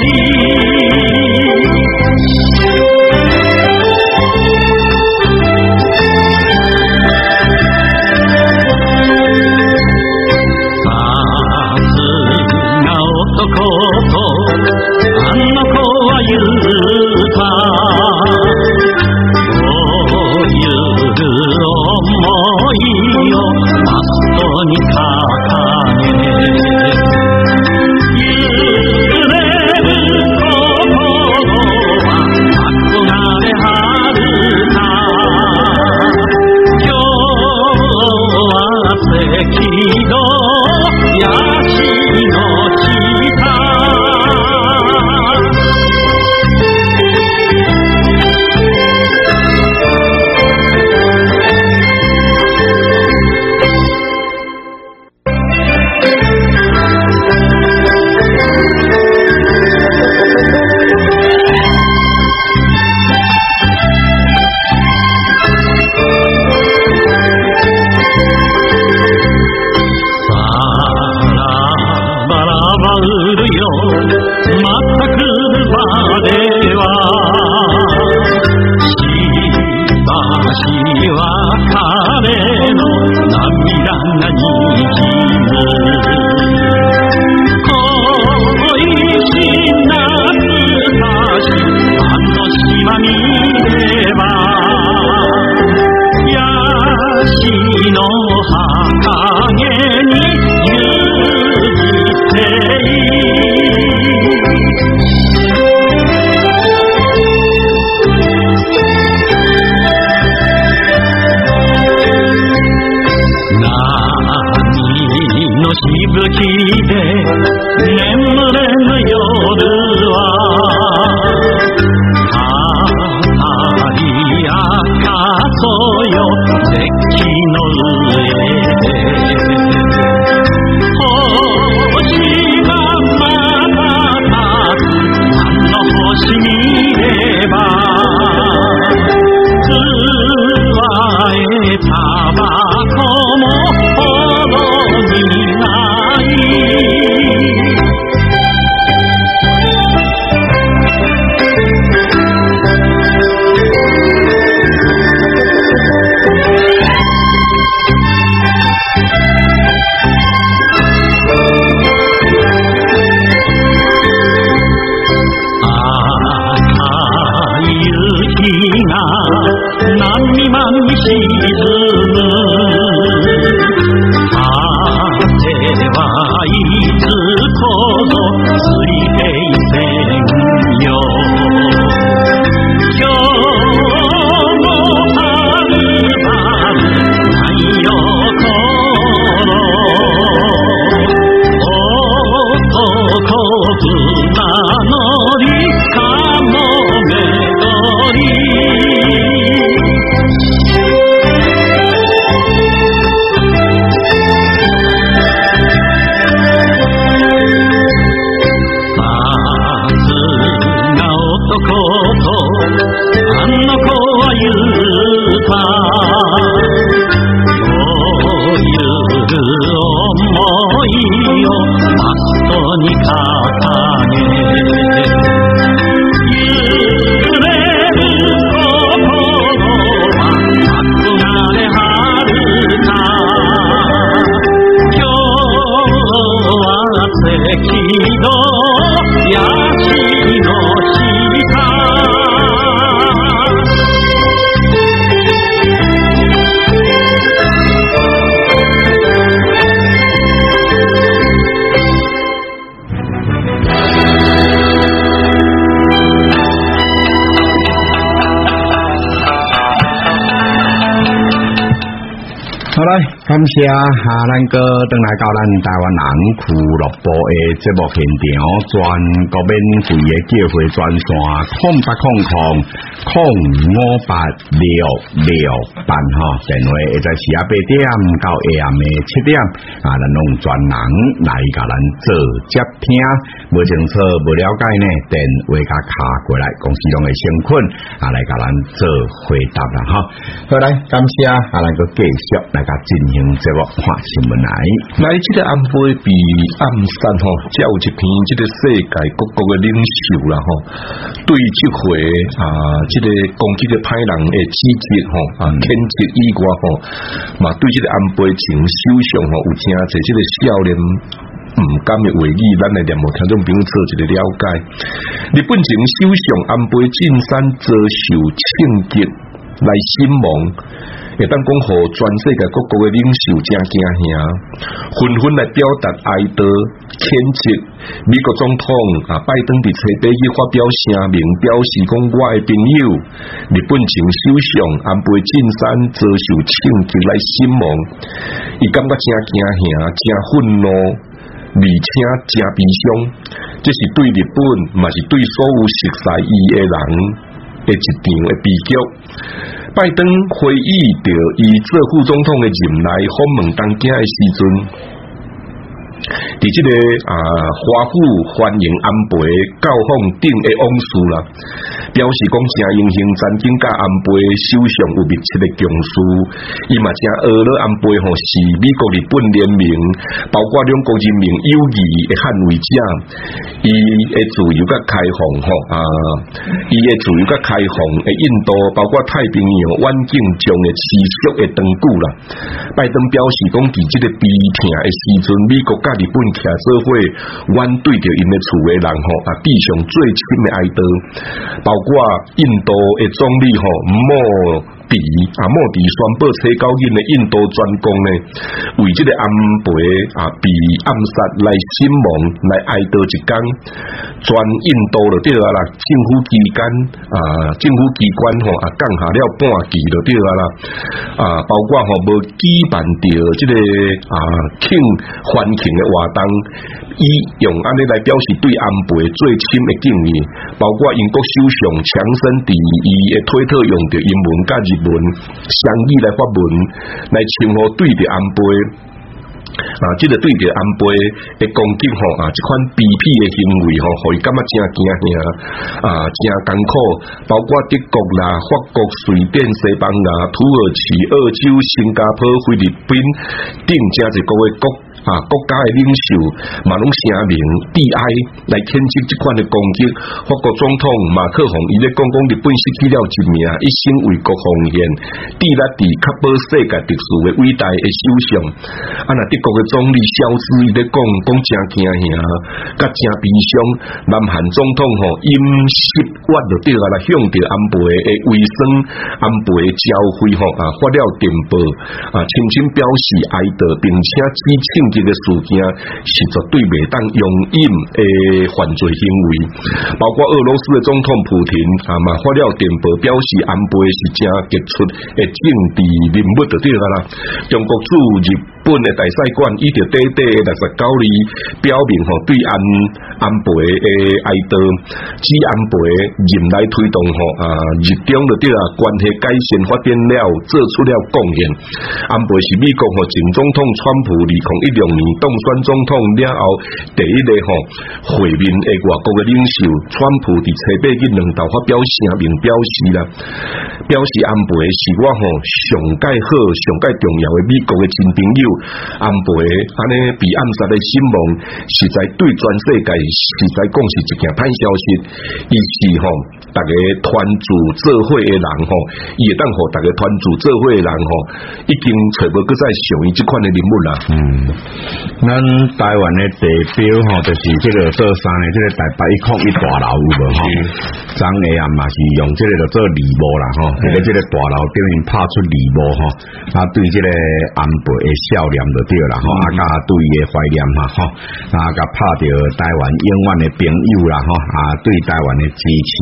に掲げ揺れる来，感谢哈咱哥登来到咱台湾人俱乐部的节目现场，全国免费的叫货专线空八空空空五八六六八哈，电话会在十八点到下暗的七点啊，咱用专人来甲咱做接听，无清楚无了解呢，电话甲卡过来，公司中的先困啊来甲咱做回答啦哈。好来，感谢啊，咱个继续来甲进行这个看新闻来。 来，这个安倍比暗杀吼，才有一篇这个世界各国的领袖啦吼，对这回啊，这个攻击的歹人的指责吼啊，谴责以外吼，嘛对这个安倍前首相吼有真侪这个少年唔甘的话语，咱来念无听众朋友做一个了解。日本前首相安倍晋三遭受枪击来身亡。会当讲，互全世界各国嘅领袖真惊吓，纷纷来表达哀悼、谴责。美国总统啊，拜登伫车底去发表声明，表示讲我嘅朋友日本前首相安倍晋三遭受枪击来身亡，伊感觉真惊吓、真愤怒，而且真悲伤。这是对日本，嘛是对所有熟悉伊嘅人嘅一场嘅悲剧。拜登回忆到伊做副总统的任内访问东京的时阵，伫这个啊华府欢迎安倍到访顶的往事啦，表示讲真荣幸曾经甲安倍首相有密切的共事，伊嘛真学了安倍吼是美国日本联名，包括两国人民友谊的捍卫者，伊的自由甲开放吼啊，伊的自由甲开放的印度，包括太平洋远景中的持续的长久啦。拜登表示讲，伫这个悲痛的时阵，美国甲日本徛做伙，阮对着因的厝的人吼啊，必上最深的哀悼，包括印度的总理吼莫迪啊，莫迪宣布车高印的印度专工呢，为这个安倍啊被暗杀来身亡来哀悼一天，全印度就对啊啦，政府机关啊，政府机关吼啊降下了半旗就对啊啦，啊，包括吼无举办着这个啊庆欢庆的活动，以用安尼来表示对安倍最深的敬意，包括英国首相强生伫伊的推特用着英文甲日文相依来发文，来称呼对着安倍啊，这个对着安倍的攻击吼啊，这款卑鄙的行为吼，互伊感觉真惊吓啊，真艰苦。包括德国啦、法国、瑞典、西班牙、土耳其、澳洲、新加坡、菲律宾等真侪个国啊，国家的领袖嘛拢声明悲哀来谴责这款的攻击。法国总统马克宏伊咧讲讲，日本失去了一名一生为国奉献、伫力伫确保世界秩序的伟大的首相。啊，那德国的总理肖兹伊咧讲讲真惊吓，甲真悲伤。南韩总统吼因失我就对啊啦，向着安倍的卫生、安倍的教诲吼啊发了电报啊，深深表示哀悼，并且指称这个事件是绝对袂当容忍的犯罪行为。包括俄罗斯的总统普廷啊嘛发了电报，表示安倍是真杰出的政治人物就对啊啦。中国驻日本的大使馆伊就短短六十九字表明吼对安安倍的哀悼，指安倍任来推动吼啊日中就对啊关系改善发展了，做出了贡献。安倍是美国吼前总统川普二零一六年当选总统了后第一个吼会面的外国的领袖，川普伫车八日两头发表声明表示啦，表示安倍是我吼上介好、上介重要的美国的真朋友。安倍安尼被暗杀的身亡，实在对全世界实在讲是一件歹消息。伊是吼大家团结做伙的人吼，伊会当互大家团结做伙的人吼，已经找无搁再上伊这款的人物啦。 嗯，咱台湾的地标吼，就是这个做山的这个台北一空一大楼有无吼？张下暗嘛是用这个做礼物啦吼，这个这个大楼顶面拍出礼物吼，啊对这个安倍的笑脸就对啦吼，啊甲对伊的怀念嘛吼，啊甲拍着台湾永远的朋友啦吼，啊对台湾的支持甲拥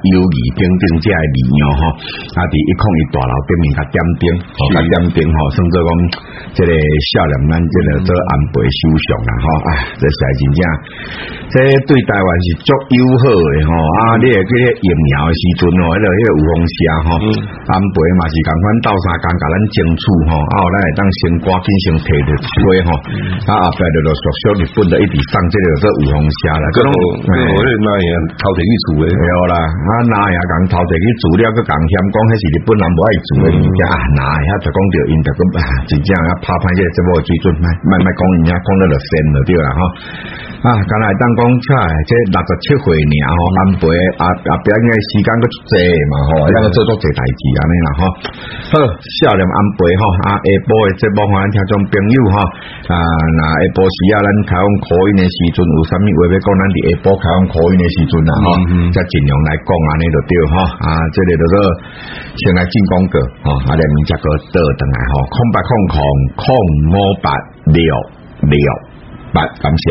友谊顶顶这个理由吼，啊，伫一控一大楼顶面甲点顶，吼甲点顶吼，算做讲这个少年咱这个做安倍首相啦吼，啊，这实在真正，这对台湾是足友好的吼，啊，你个个疫苗的时阵哦，迄个迄个有风险吼，安倍嘛是共款斗相共甲咱争取吼，啊，咱会当先赶紧先摕着出吼，啊，后壁就陆续续日本就一直送这个做有风险啦， 这种我咧那样偷摕去做诶， 对啦，啊，那样共偷摕去做了，佮共嫌讲迄是日本人无爱做诶物件，啊，那遐就讲着因着佮啊，真正啊拍拍这个节目水准，卖卖卖讲人家讲了就先了对啦吼。啊，刚才当讲出来，这六十七岁尔吼，安倍啊啊，边个时间佫济嘛吼，咱个做做济代志安尼啦吼。好，少年安倍吼，啊下晡诶节目，咱听众朋友吼，啊那下晡时啊，咱开放考音诶时阵，有啥物话要讲，咱伫下晡开放考音诶时阵啦吼，再尽量来讲安尼就对吼。啊，这个就说先来进广告吼，啊连名则个倒转来吼，空八空空空五八六六。八，感谢。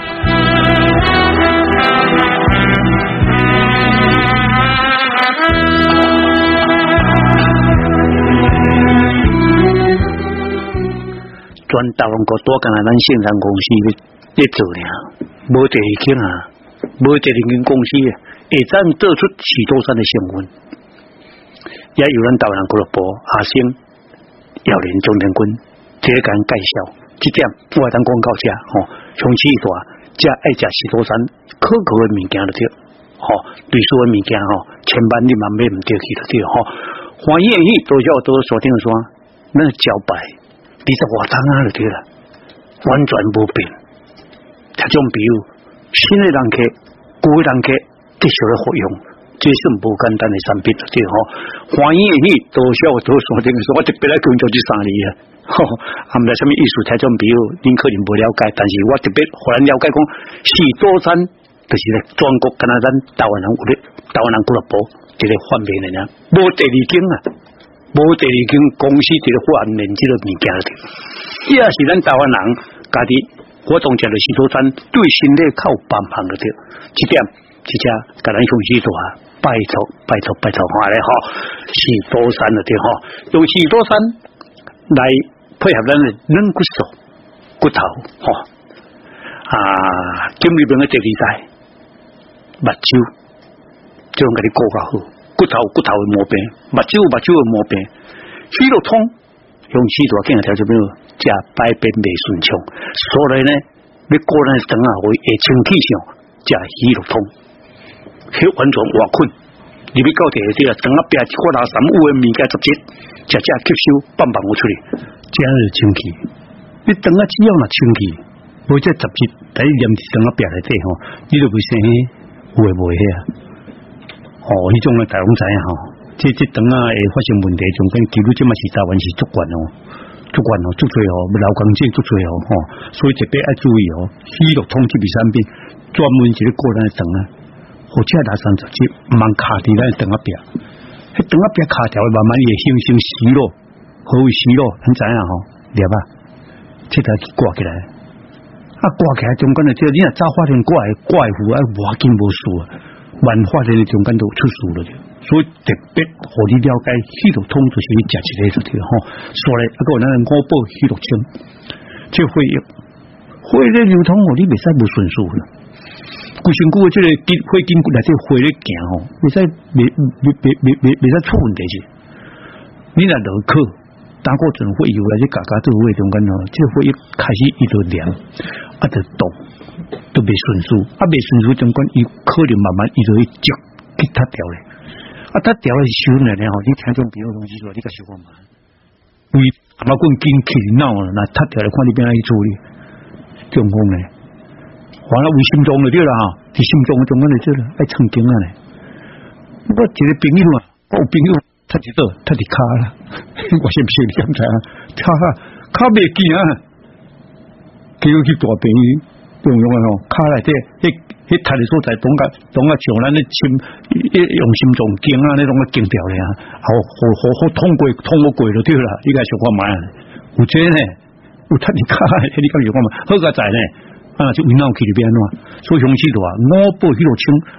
全台湾国多干咱生产公司咧做呢，无第二间啊，无第二间公司啊，会咱做出许多山的成分，也有咱台湾俱乐部阿星、姚连、钟天军，这个介绍。这点我当广告者吼，雄起大，加爱食许多山可口的物件就对，吼，类似的物件吼，千万你嘛买唔对去就对吼。欢迎去多少多锁定说，那茭白二十外档啊就对啦，完全无变。这种比如新的人客、旧的人客继续来服用，这是无简单的产品就对吼。欢迎去多少多锁定说，我特别来讲就这三字啊。吼，啊，毋知啥物意思，听种比如恁可能无了解，但是我特别互咱了解讲，许多山就是咧全国敢若咱台湾人有咧，台湾人俱乐部一个范围的呢，无第二间啊，无第二间公司一个发明即个物件的，也是咱台湾人家己活动食着许多山对身体较有帮忙的对，这点这只甲咱雄起大拜托拜托拜托下来吼，许多山的对吼，用许多山来。配合咱的软骨素、骨头，吼啊，今日边嘅第二代目睭，就用佢哋顾较好，骨头骨头嘅毛病，目睭目睭嘅毛病，肌肉痛，用许多健康条件，比如食排便未顺畅，所以呢，要过咱肠啊会会清气上，食肌肉痛，迄完全活困，你要到第二啲啊，肠啊边一块垃圾有嘅物件杂质，食食吸收，放放我出嚟。这样是清气，你等下只要那清气，无这杂质，在黏住等下边来底吼，你就会生有诶无诶啊？哦，迄种诶大拢知影吼，这这等下会发生问题，中间几乎即嘛是台湾是足悬哦，足悬哦，足多哦，劳工证足多哦，吼，所以特别要注意哦，肌肉通这笔产品专门一个个人诶等啊，或者垃圾杂质慢卡伫咱等下边，迄等下边卡条慢慢也形成息肉。何为息肉？咱知影吼，对吧？这台挂起来，啊挂起来中间的这你若早发现挂的挂的符啊，无紧无事啊，万发现的中间都出事了就，所以特别互你了解肌肉通就是你食一个就对吼。所以啊，个咱五宝肌肉清，这血液血液流通哦，你袂使无顺序了。规身躯的这个筋血筋骨内底血咧行吼，袂使袂袂袂袂袂袂使出问题是。你若落课。打过阵会有来这嘎嘎这个位中间哦，这个会一开始伊就凉，啊就动，都未顺序，啊未顺序中间伊可能慢慢伊就会接去塌掉咧，啊塌掉咧修呢然后你听种比较东西说，你个习惯嘛，为阿妈棍筋气闹了，那塌掉咧看你边来去处理，中风咧，完了为心脏就对了哈，伫心脏中间就对了，爱曾经啊咧，我一个朋友啊，我有朋友。他伫倒，他伫骹啦，我先不信你敢知啊？骹骹袂见啊，叫去大病院用用啊吼，骹内底迄迄塌的所在，拢个拢个像咱咧心用心脏经啊，那种个经掉咧啊，好好好好通过通过过就对啦，你个想看买啊？有这呢，有塌伫骹，你敢想看嘛？好个在呢，啊就脑气里边喏，所以雄起大，五宝迄落清，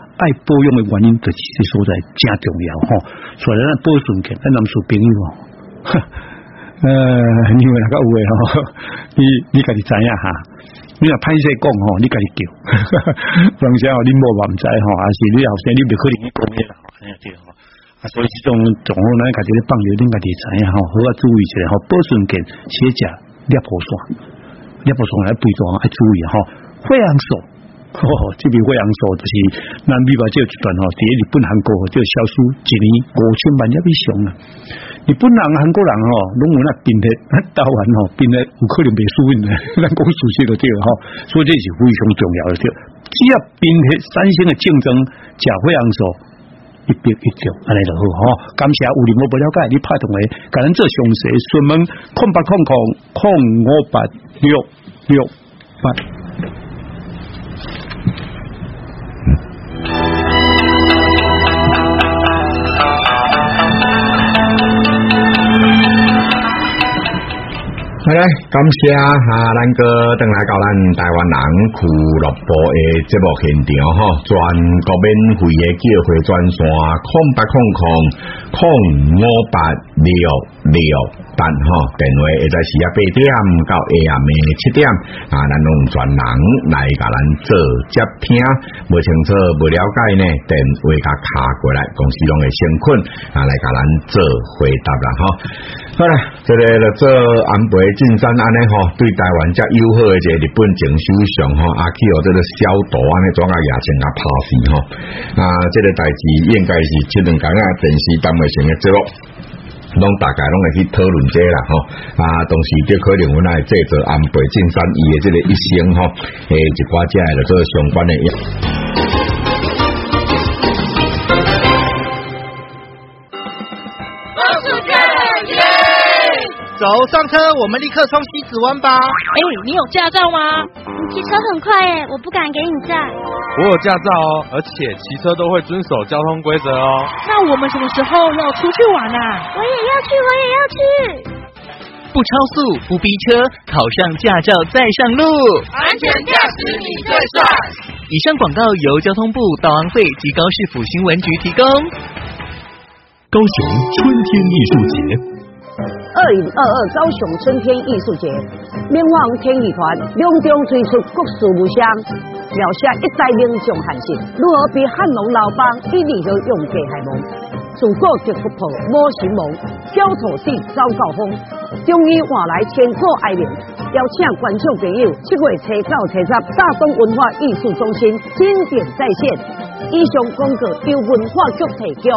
爱保养的原因就是这所在真重要吼。所以咱保顺健，咱男士朋友哦，呃，因为那个有诶吼，你你家己知影哈。你若歹势讲吼，你家己叫，当时吼你无话唔知吼，还是你后生你袂可能讲嘅啦，安尼对吼。啊，所以这种状况咱家己咧放流，恁家己知影吼，好啊注意一下吼，保顺健写食裂破线，裂破线来肥壮爱注意吼，血氧素，吼、哦，这边血氧素就是咱美国这一段吼，伫日本韩国就消失一年五千万一以上啊。日本人、韩国人吼，拢有那病的，台湾吼病的有可能袂输因的，咱讲事实就对了吼，所以这是非常重要的对。只要病的产生的竞争，食血氧素一边一条，安尼就好吼。感谢有任何不了解，你拍电话，甲咱做详细询问，空八空空空五八六六八。 好来，感谢哈，咱个等来到咱台湾人俱乐部的节目现场吼，全国免费的叫货专线空八空空空五八六六八吼，电话会在时啊八点到下暗的七点啊，咱用专人来甲咱做接听，无清楚无了解呢，电话甲卡过来，公司拢会先困啊来甲咱做回答啦吼。好啦，这个就做安倍晋三安尼吼，对台湾遮友好的一个日本前首相吼，阿去哦这个消毒安尼怎啊牙签啊拍死吼，啊这个代志应该是这两天啊电视单位上的节目，拢大概拢会去讨论这啦吼，啊同时就可能阮来制作安倍晋三伊的这个一生吼，诶一寡遮的做相关的。 走上车，我们立刻冲西子湾吧。 哎，你有驾照吗？ 你骑车很快耶，我不敢给你载。 我有驾照哦，而且骑车都会遵守交通规则哦。 那我们什么时候要出去玩啊？ 我也要去，我也要去。 不超速，不逼车，考上驾照再上路。 安全驾驶你最帅。 以上广告由交通部道安会及高市府新闻局提供。 高雄春天艺术节。 二零二二高雄春天艺术节，明皇天艺团隆重推出国术无双，描写一代名将汉信如何被汉龙老帮以利和用计害亡，自古敌不破无神王，挑土地遭高峰，终于换来千古爱恋。邀请观众朋友七月初九、初十，大东文化艺术中心经典再现。以上广告由文化局提供。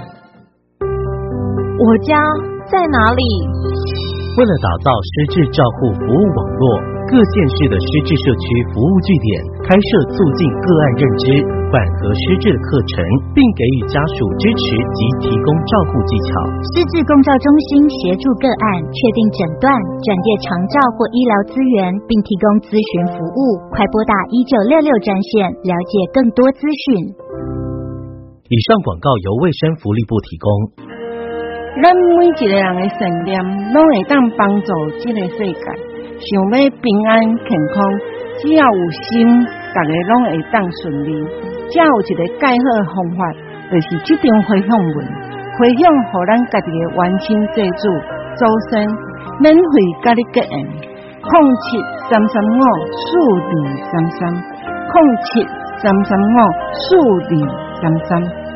我家在哪里？ 为了打造失智照护服务网络，各县市的失智社区服务据点开设促进个案认知、缓和失智的课程，并给予家属支持及提供照护技巧。 失智共照中心协助个案确定诊断、转介长照或医疗资源，并提供咨询服务。快拨打一九六六专线了解更多资讯。 以上广告由卫生福利部提供。 咱每一个人的信念，拢会当帮助这个世界。想要平安健康，只要有心，大家拢会当顺利。只有一个介好的方法，就是这张回向文，回向予咱家己的冤亲债主、祖先，免费甲你结缘。空七三三五四二三三，空七三三五四二三三。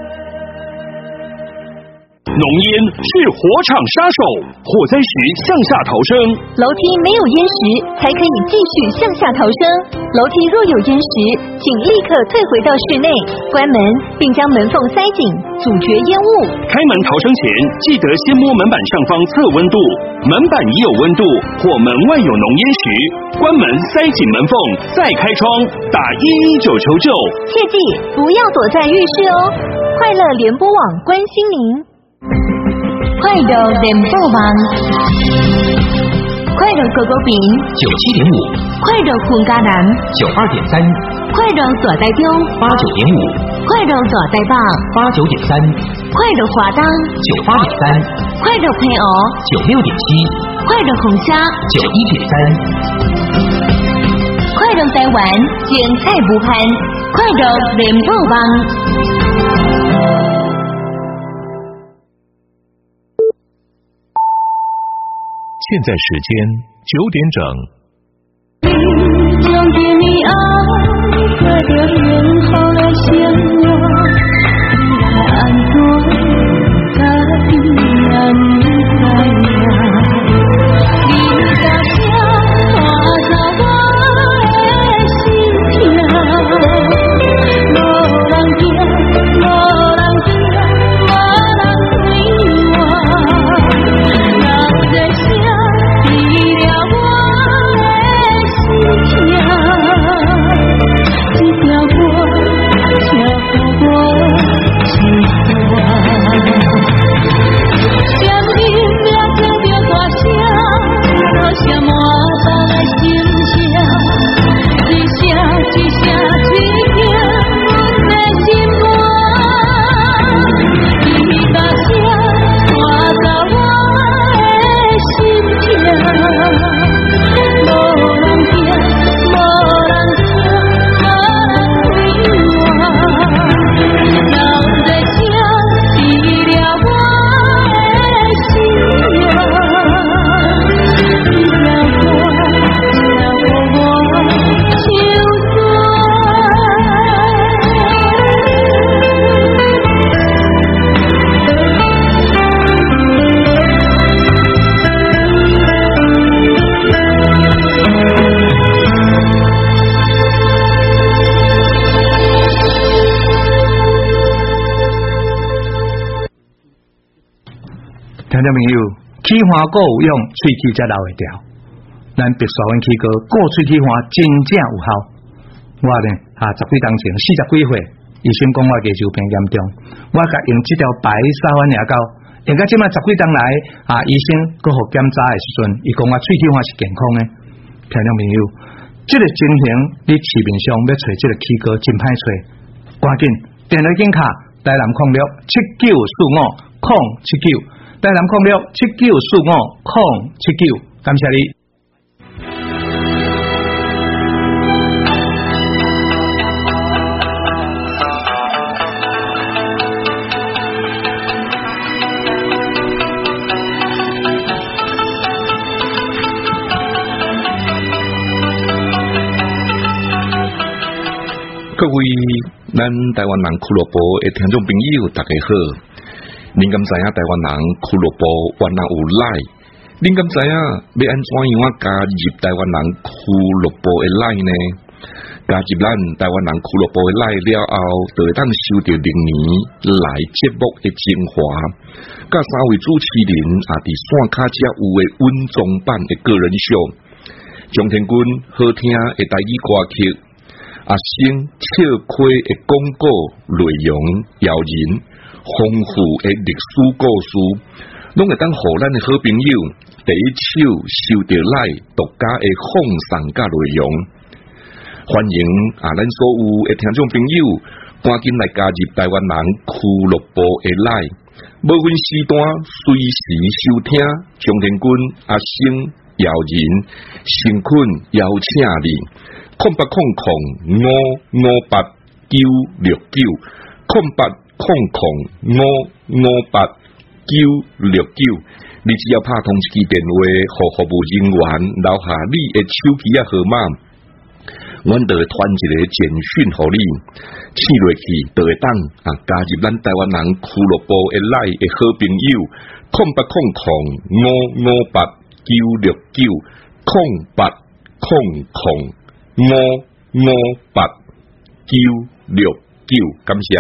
浓烟是火场杀手，火灾时向下逃生。 楼梯没有烟时，才可以继续向下逃生。楼梯若有烟时，请立刻退回到室内，关门，并将门缝塞紧，阻绝烟雾。 开门逃生前，记得先摸门板上方测温度，门板已有温度或门外有浓烟时，关门塞紧门缝，再开窗，打一一九求救。 切记不要躲在浴室哦。快乐联播网关心您。快乐联播网，快乐狗狗饼九七点五， 快乐混咖南九二点三， 快乐左台中八九点五， 快乐左台北八九点三， 快乐华东九八点三， 快乐配偶九六点七， 快乐红虾九一点三， 快乐台湾精彩不凡。 快乐联播网。 现在时间九点整。 将给你爱，快点远方来向我，来安坐在平安在呀，你的笑化作我的心跳，无人惊，无人惊，无人对我，老在笑离了我。 听众朋友，起花果有用，喙齿才留会掉。咱白沙湾起哥果喙齿花真正有效。我呢，啊十几当前四十几岁，医生讲我牙周病严重，我甲用这条白沙湾牙膏，用到即摆十几当来，啊医生搁互检查的时阵，伊讲我喙齿花是健康的。听众朋友，这个情形你市面上要找这个起哥真歹找，赶紧电话紧卡台南控六七九四五空七九。台南控六七九四五空七九，感谢你。 各位咱台湾人俱乐部的听众朋友，大家好。恁敢知影台湾人俱乐部原来有赖？恁敢知影要安怎样加入台湾人俱乐部的赖呢？加入咱台湾人俱乐部的赖了后，就会当收到历年来节目的精华，甲三位主持人也伫线卡遮有的稳重版的个人秀，张天军好听的台语歌曲，阿星笑开的广告内容谣言。丰富的历史故事，拢会当互咱的好朋友第一手收到来独家的放送甲内容。欢迎啊，咱所有的听众朋友，赶紧来加入台湾人俱乐部的来，无分时段随时收听张天军、阿星、姚人、陈坤邀请你，空八空空五五八九六九，空八。空空五五八九六九，你只要拍通一支电话，互服务人员留下你的手机啊号码，阮就会传一个简讯互你，试落去就会当啊加入咱台湾人俱乐部的来的好朋友，空八空空五五八九六九，空八空空五五八九六九，感谢。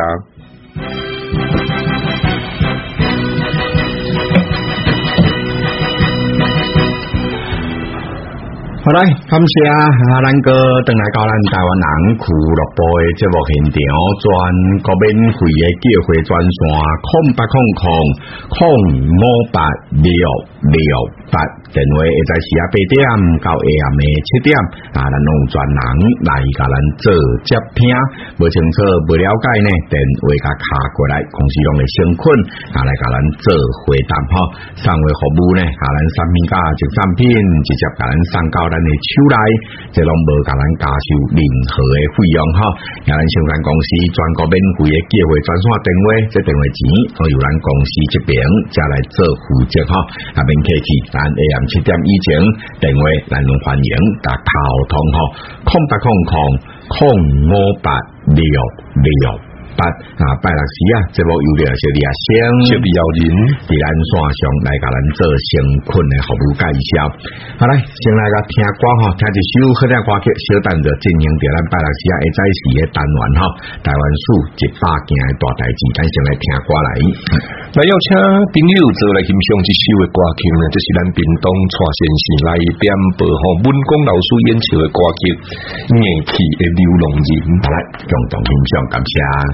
好来，感谢啊，咱哥登来到咱台湾人俱乐部的节目现场，全国免费的叫货专线：空八空空空五八六六八，电话会在时啊八點到下暗暝七點啊，咱用專人來甲咱做接聽，無清楚無了解呢，電話甲卡過來，公司攏會先困啊來甲咱做回答吼，送貨服務呢，甲咱產品甲即產品直接甲咱送到咱的手內，這攏無甲咱加收任何的費用吼，甲咱生產公司全國免費的機會專線電話，這電話錢都由咱公司這邊才來做負責吼，啊免客氣，咱下暗七點以前電話咱攏歡迎甲溝通吼，空八空空空五八六六八啊，拜六時啊，這部有了小李啊，先小李友人佇咱線上來甲咱做先困的服務介紹。好來，先來個聽歌吼，聽一首好聽歌曲，小等着進行着咱拜六時啊，會在時嘅單元吼，台灣數一百件嘅大代誌，咱先來聽歌來。 來邀請朋友做來欣賞這首嘅歌曲呢，這是咱屏東蔡先生來點播吼，文公老師演唱嘅歌曲《硬氣嘅流浪人》， 來共同欣賞，感謝。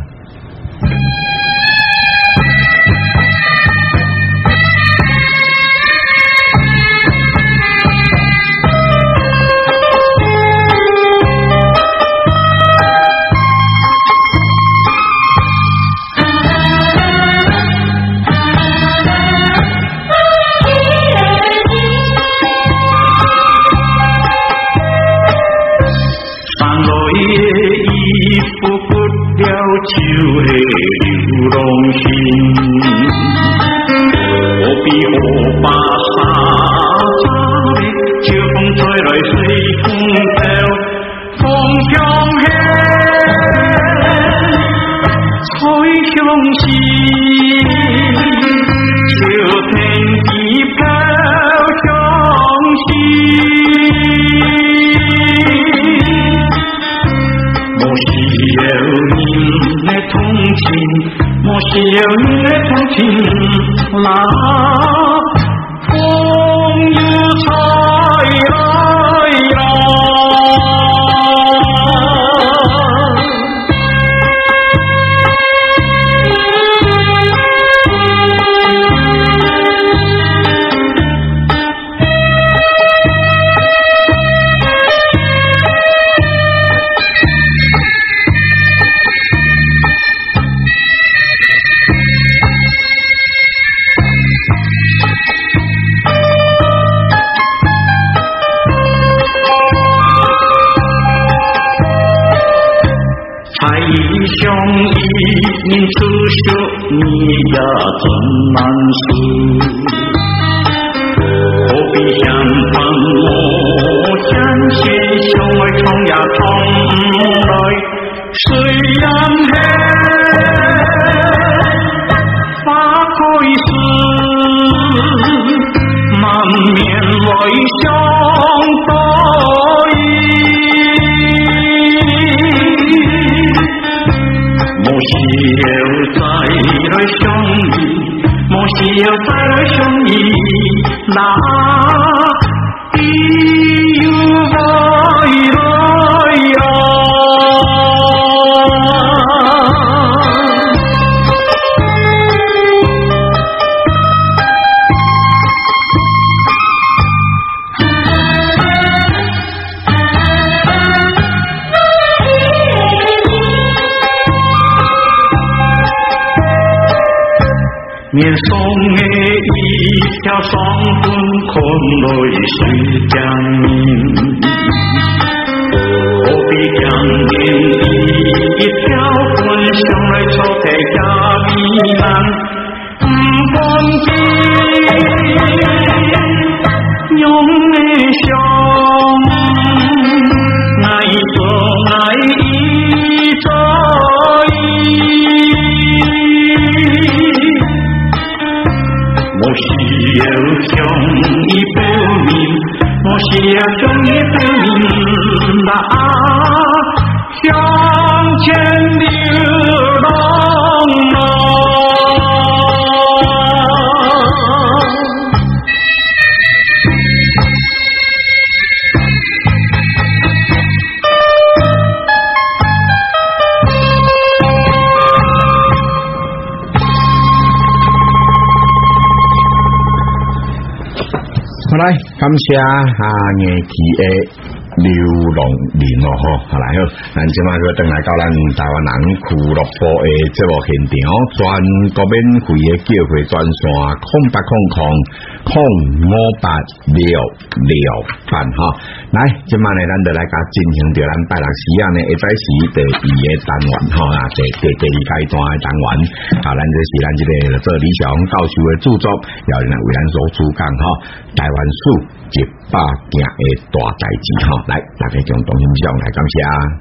手的流浪心，何必可把沙沙的秋風吹來隨風飄，風向起，吹向西，秋天的飄向西。莫是有你的同情，那風又吹來了。你出手，你呀真难受，何必相伴我相携，相愛闖呀闖來，雖然黑，花開時，滿面來相對。莫是要再來相遇，莫是要再來相遇，那已有來來啊！面送的一條雙魂困來水江面，何必將年一條魂上來錯配假美男，唔放棄用的相，愛做愛一做莫是要向你表明，莫是要向你表明，那向前流浪啊！ 来，感谢啊，眼期的刘龙林哦，吼，好来好，咱即马个登来到咱台湾人俱乐部的节目现场，全国免费的叫货专线，空八空空空五八六六八哈。来，即马呢，咱就来甲进行着咱拜六时啊呢，会在是第二个单元吼啊，第第第二阶段的单元，啊，咱这是咱这个做理想教授的著作，要人为咱所主讲哈，台湾史一百件的大代志哈，来，大家共同欣赏来感谢。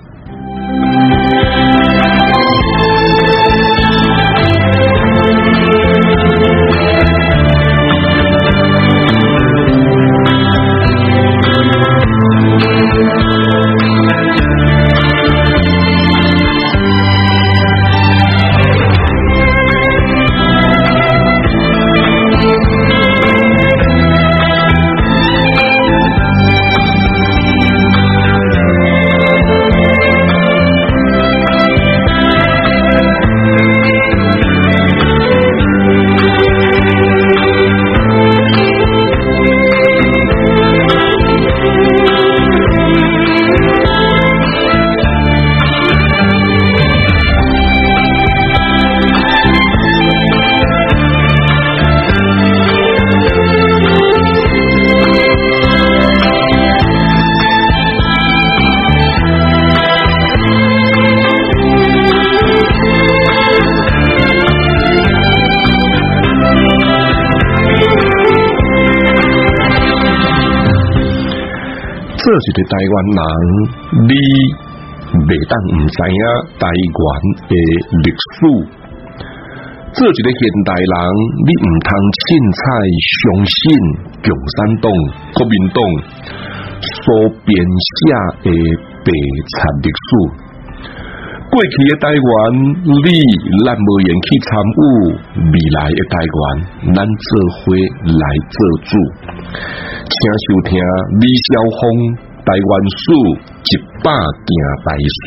做一个台湾人，你袂当唔知影台湾的历史；做一个现代人，你唔通凊彩相信共产党、国民党所编写的白贼历史。过去的台湾，你咱无缘去参与未来的台湾，咱做伙来做主。请收听李小峰台湾史一百件大事。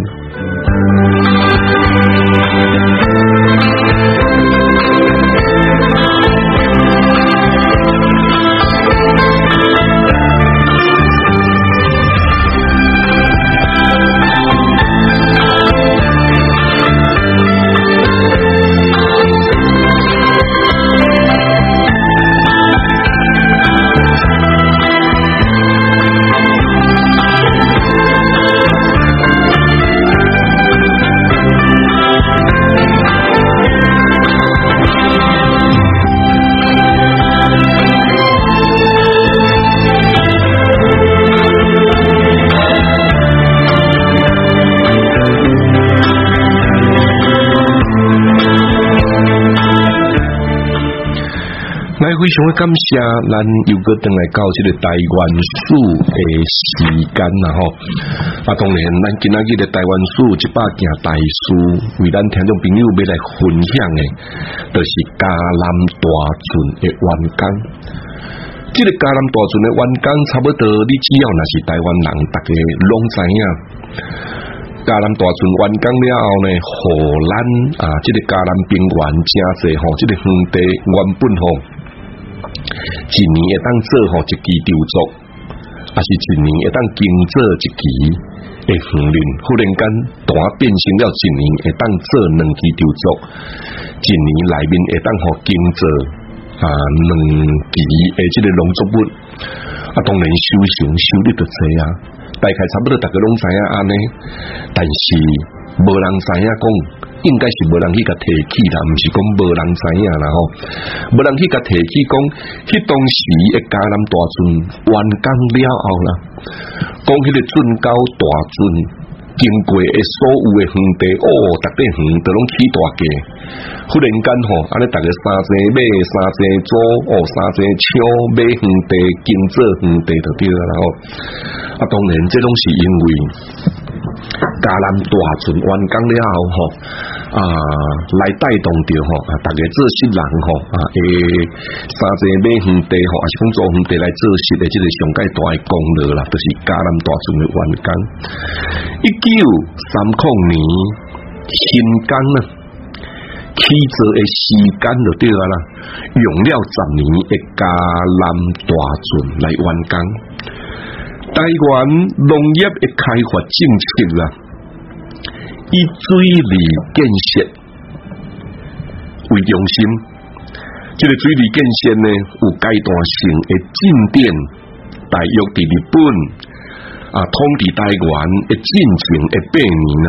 非常感谢咱又搁登来到这个台湾史的时间啦吼，啊当然咱今仔日的台湾史一百件大事，为咱听众朋友要来分享的，就是嘉南大圳的完工。这个嘉南大圳的完工，差不多你只要若是台湾人，大家拢知影。嘉南大圳完工了后呢，荷兰啊，这个嘉南平原真济吼，这个园地原本吼。一年会当做吼一期稻作，还是一年会当经做一期的园林。忽然间，大变成了一年会当做两期稻作，一年内面会当互经做啊两期的这个农作物。啊，当然收成收入就济啊，大概差不多大家拢知影安尼，但是无人知影讲。应该是无人去甲提起啦，毋是讲无人知影啦吼，无人去甲提起讲，迄当时的嘉南大圳完工了后啦，讲迄个圳沟大圳经过的所有的园地，哦，逐块园都拢起大价，忽然间吼，安尼逐个三济买，三济租，哦，三济抢买园地，经做园地就对啦吼，啊，当然这拢是因为。嘉南大圳完工了后吼，啊，来带动着吼，啊，大家做事人吼，啊，诶，三济买园地吼，还是讲做园地来做事的，这个上界大的功劳啦，就是嘉南大圳的完工。一九三零年新工啊，去起造的時間就對啊啦，用了十年的嘉南大圳來完工。台灣農業的開發政策啦，以水利建設為中心，這個水利建設呢有階段性的進展，大約佇日本啊統治台灣的進程的八年啊。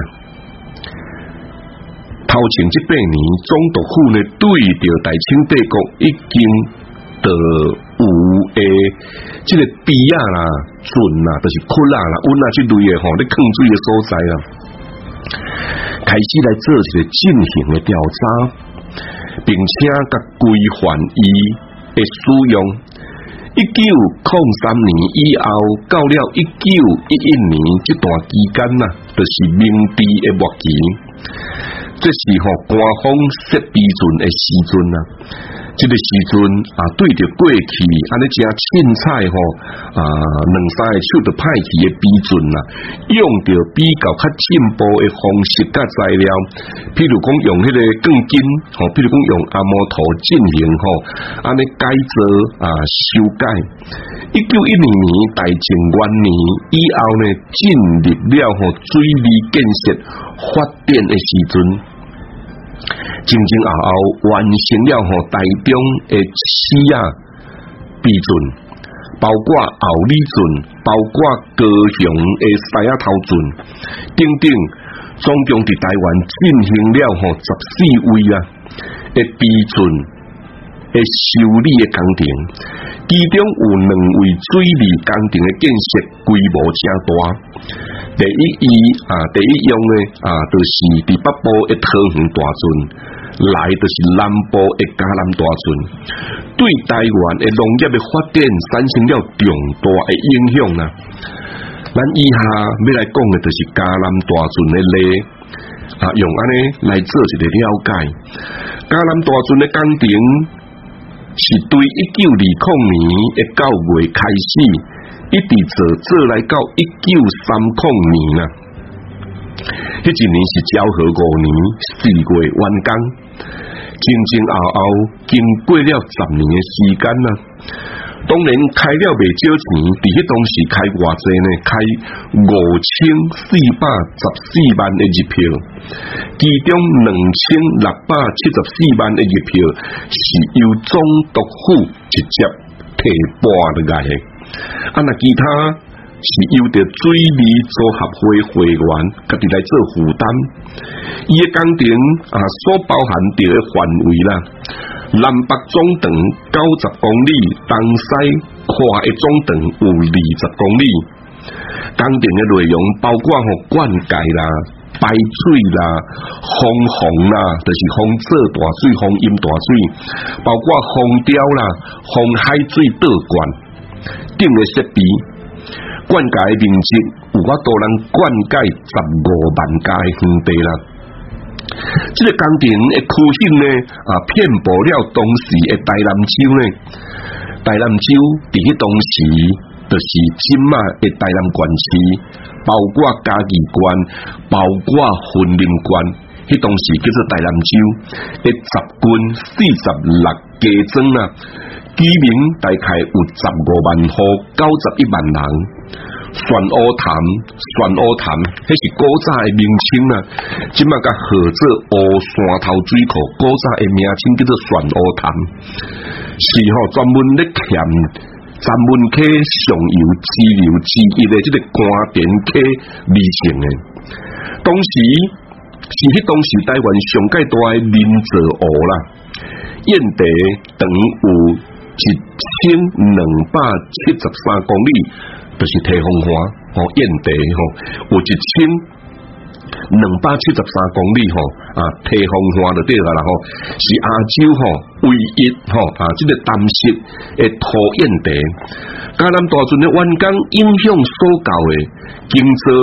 頭前這八年，總督府呢對着大清帝國已經都有誒，這個陂啊啦、圳啊，就是窟啊啦、溫啊這類嘅吼，咧囥水嘅所在啦，開始來做一個進行嘅調查，並且甲規範伊嘅使用。一九零三年以後，到了一九一一年這段期間呐，就是明治嘅末期。這是吼官方設標準的時陣啊，這個時陣啊對着過去安尼正凊彩吼啊兩三個手就歹去的標準啊，用着比較較進步的方式甲材料，譬如講用迄個鋼筋吼，譬如講用阿摩頭進行吼安尼改造啊修改。一九一二年大正元年以後呢，進入了吼水利建設發展的時陣。前前後後完成了吼台中的市啊標準，包括后里圳，包括高雄的西仔頭圳等等，總共佇台灣進行了吼十四位啊的標準的修理的工程，其中有兩位水利工程的建設規模正大。第一伊啊，第一用呢啊，就是佇北部的桃園大圳，來就是南部的嘉南大圳，對台灣的農業的發展產生了重大的影響啦。咱以下要來講的就是嘉南大圳的例啊，用安尼來做一個了解。嘉南大圳的工程是對一九二零年的九月開始。一直做做來到一九三零年啊，迄一年是昭和五年四月完工，前前後後經過了十年嘅時間啊。當然開了未少錢，佇迄當時開偌濟呢？開五千四百十四萬嘅日票，其中兩千六百七十四萬嘅日票是由總督府直接提撥落來嘅。啊，那其他是由着水利組合會會員家己來做負擔，伊嘅工程啊所包含着嘅範圍啦，南北總長九十公里，東西跨嘅總長有二十公里。工程嘅內容包括吼灌溉啦、排水啦、防洪啦，就是防做大水、防淹大水，包括防潮啦、防海水倒灌。定嘅設備，灌溉嘅面積有法度能灌溉十五萬家嘅園地啦。這個工程嘅區域呢，啊遍布了當時嘅台南州呢，台南州佇迄當時就是今仔嘅台南縣市，包括嘉義縣，包括雲林縣，迄當時叫做台南州嘅十郡四十六家莊啊。居民大概有十五萬戶，九十一萬人。旋烏潭，旋烏潭，迄是古早嘅名稱啊。即馬甲號做烏山頭水庫，古早嘅名稱叫做旋烏潭，是吼專門咧欠專門溪上游支流之一嘅即個官田溪里程嘅。當時是迄當時台灣上界大嘅林澤湖啦，燕地等有一千兩百七十三公里，就是台風花吼燕地吼，有一千兩百七十三公里吼啊，台風花就對啦吼，是亞洲吼唯一吼啊，這個淡色嘅土燕地。嘉南大圳嘅完工影響所到嘅經濟嘅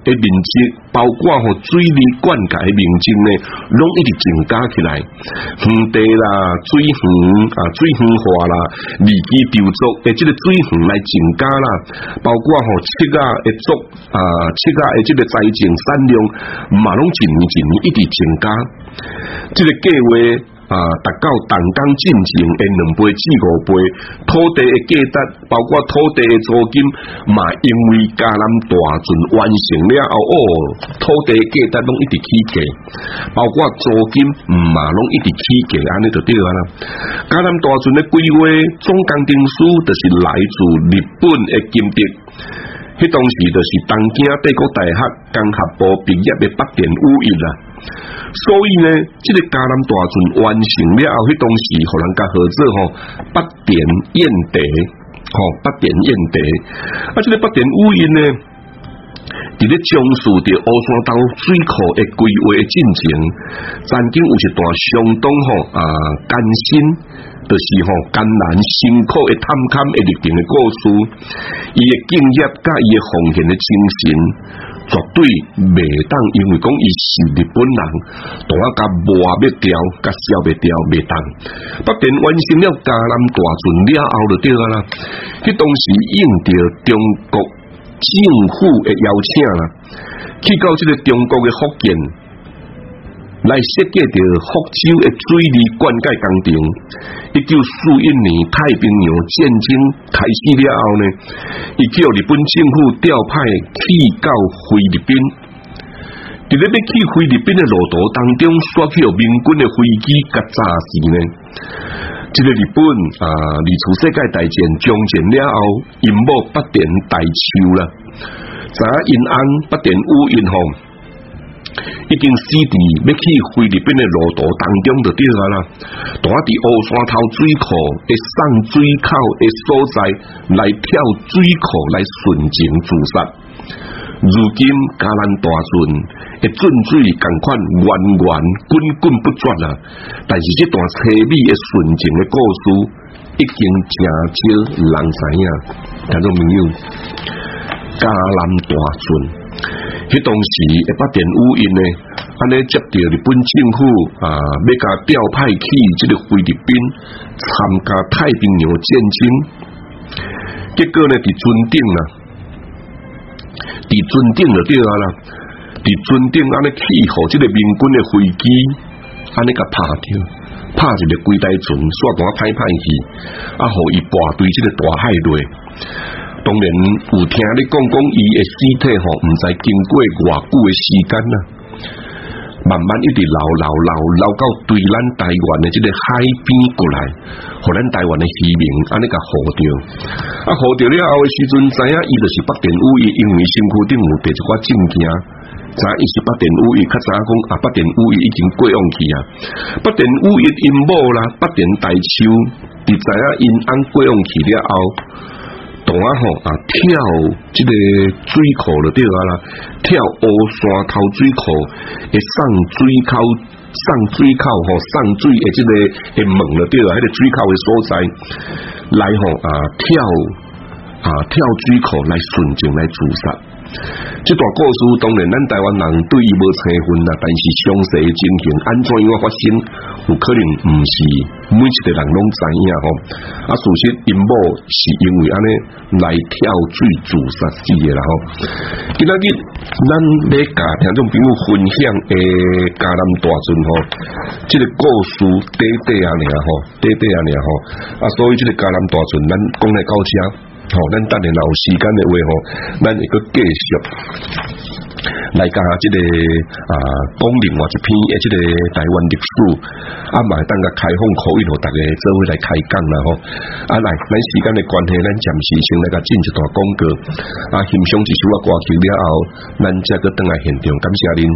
的面积，包括吼水利灌溉的面积呢，拢一直增加起来。园地啦、水源啊、水源化啦、利基雕塑的这个水源来增加啦，包括吼七啊的族啊、七啊的这个财政产量，嘛拢一年一年一直增加。这个计划。啊，达到动工进程的两倍至五倍，土地的价值，包括土地的租金，嘛因为嘉南大圳完成了后，哦，土地的价值拢一直起价，包括租金嘛拢一直起价，安尼就对啊啦。嘉南大圳的规划总工程师就是来自日本的金德，迄当时就是东京帝国大学工学部毕业的北电武艺啦。所以呢，这个嘉南大圳完成了后，迄当时互人家合作吼北电燕地，吼北电燕地，啊，这个北电武印呢，伫咧从事着乌山岛水库的规划的进程，曾经有一段相当吼啊艰辛，就是吼艰难辛苦的探勘的历程的故事，伊的敬业甲伊的奉献的精神。绝对袂当，因为讲伊是日本人，同啊甲磨要掉，甲烧袂掉，袂当。北电完成了嘉南大圳了后就对啊啦。迄当时应着中国政府的邀请啦，去到这个中国的福建来设计着福州的水利灌溉工程。一九四一年太平洋战争开始了后呢，伊叫日本政府调派去到菲律宾。伫咧要去菲律宾的路途当中，刷去有民军的飞机甲炸死呢。这个日本啊，二次世界大战将前了后，因某北电大树啦，知影因翁北电武印吼。已经死伫要去菲律宾的路途当中就对啊啦，住伫乌山头水库的送水口的所在来跳水库来纯情自杀。如今嘉南大圳的圳水同款源源滚滚不绝啦，但是这段凄美的纯情的故事已经真少人知影。听众朋友，嘉南大圳。迄当时会北电武印呢，安尼接到日本政府啊，要甲调派去这个菲律宾参加太平洋战争。结果呢，伫船顶啦，伫船顶就对啊啦，伫船顶安尼起互这个民军的飞机，安尼甲拍掉，拍一个几台船，煞单歹歹去，啊，互伊跋对这个大海落。当然有听你讲讲伊的尸体吼，毋知经过偌久的时间啦，慢慢一直流流流流到对咱台湾的这个海边过来，互咱台湾的渔民安尼甲护着，啊护着了后的时阵，知影伊就是北电武印，因为身躯顶有第一寡证件，知影伊是北电武印，较知影讲啊北电武印已经过往去啊，北电武印因某啦，北电大树，伫知影因翁过往去了后。同啊吼啊跳这个水库就对啊啦，跳乌山头水库会送水口送水口吼送水的这个的门就对啊，迄个水口的所在来吼啊跳啊跳水库来纯情来自杀。这段故事当然咱台湾人对伊无青分啦，但是详细的情形安怎样发生，有可能毋是每一个人拢知影吼。啊，事实因某是因为安尼来跳水自杀死的啦吼。今仔日咱要甲听众朋友分享诶嘉南大圳吼，这个故事短短啊尔吼，短短啊尔吼。啊，所以这个嘉南大圳咱讲来到这。吼、哦，咱等下有时间的话吼，咱会个继续来甲即个啊讲另外一篇诶，即个台湾历史，啊嘛等个开放口语，互大家做伙来开讲啦吼。啊来，咱时间的关系，咱暂时先来甲进一段广告，啊欣赏一首啊歌曲了后，咱再个倒来现场，感谢恁。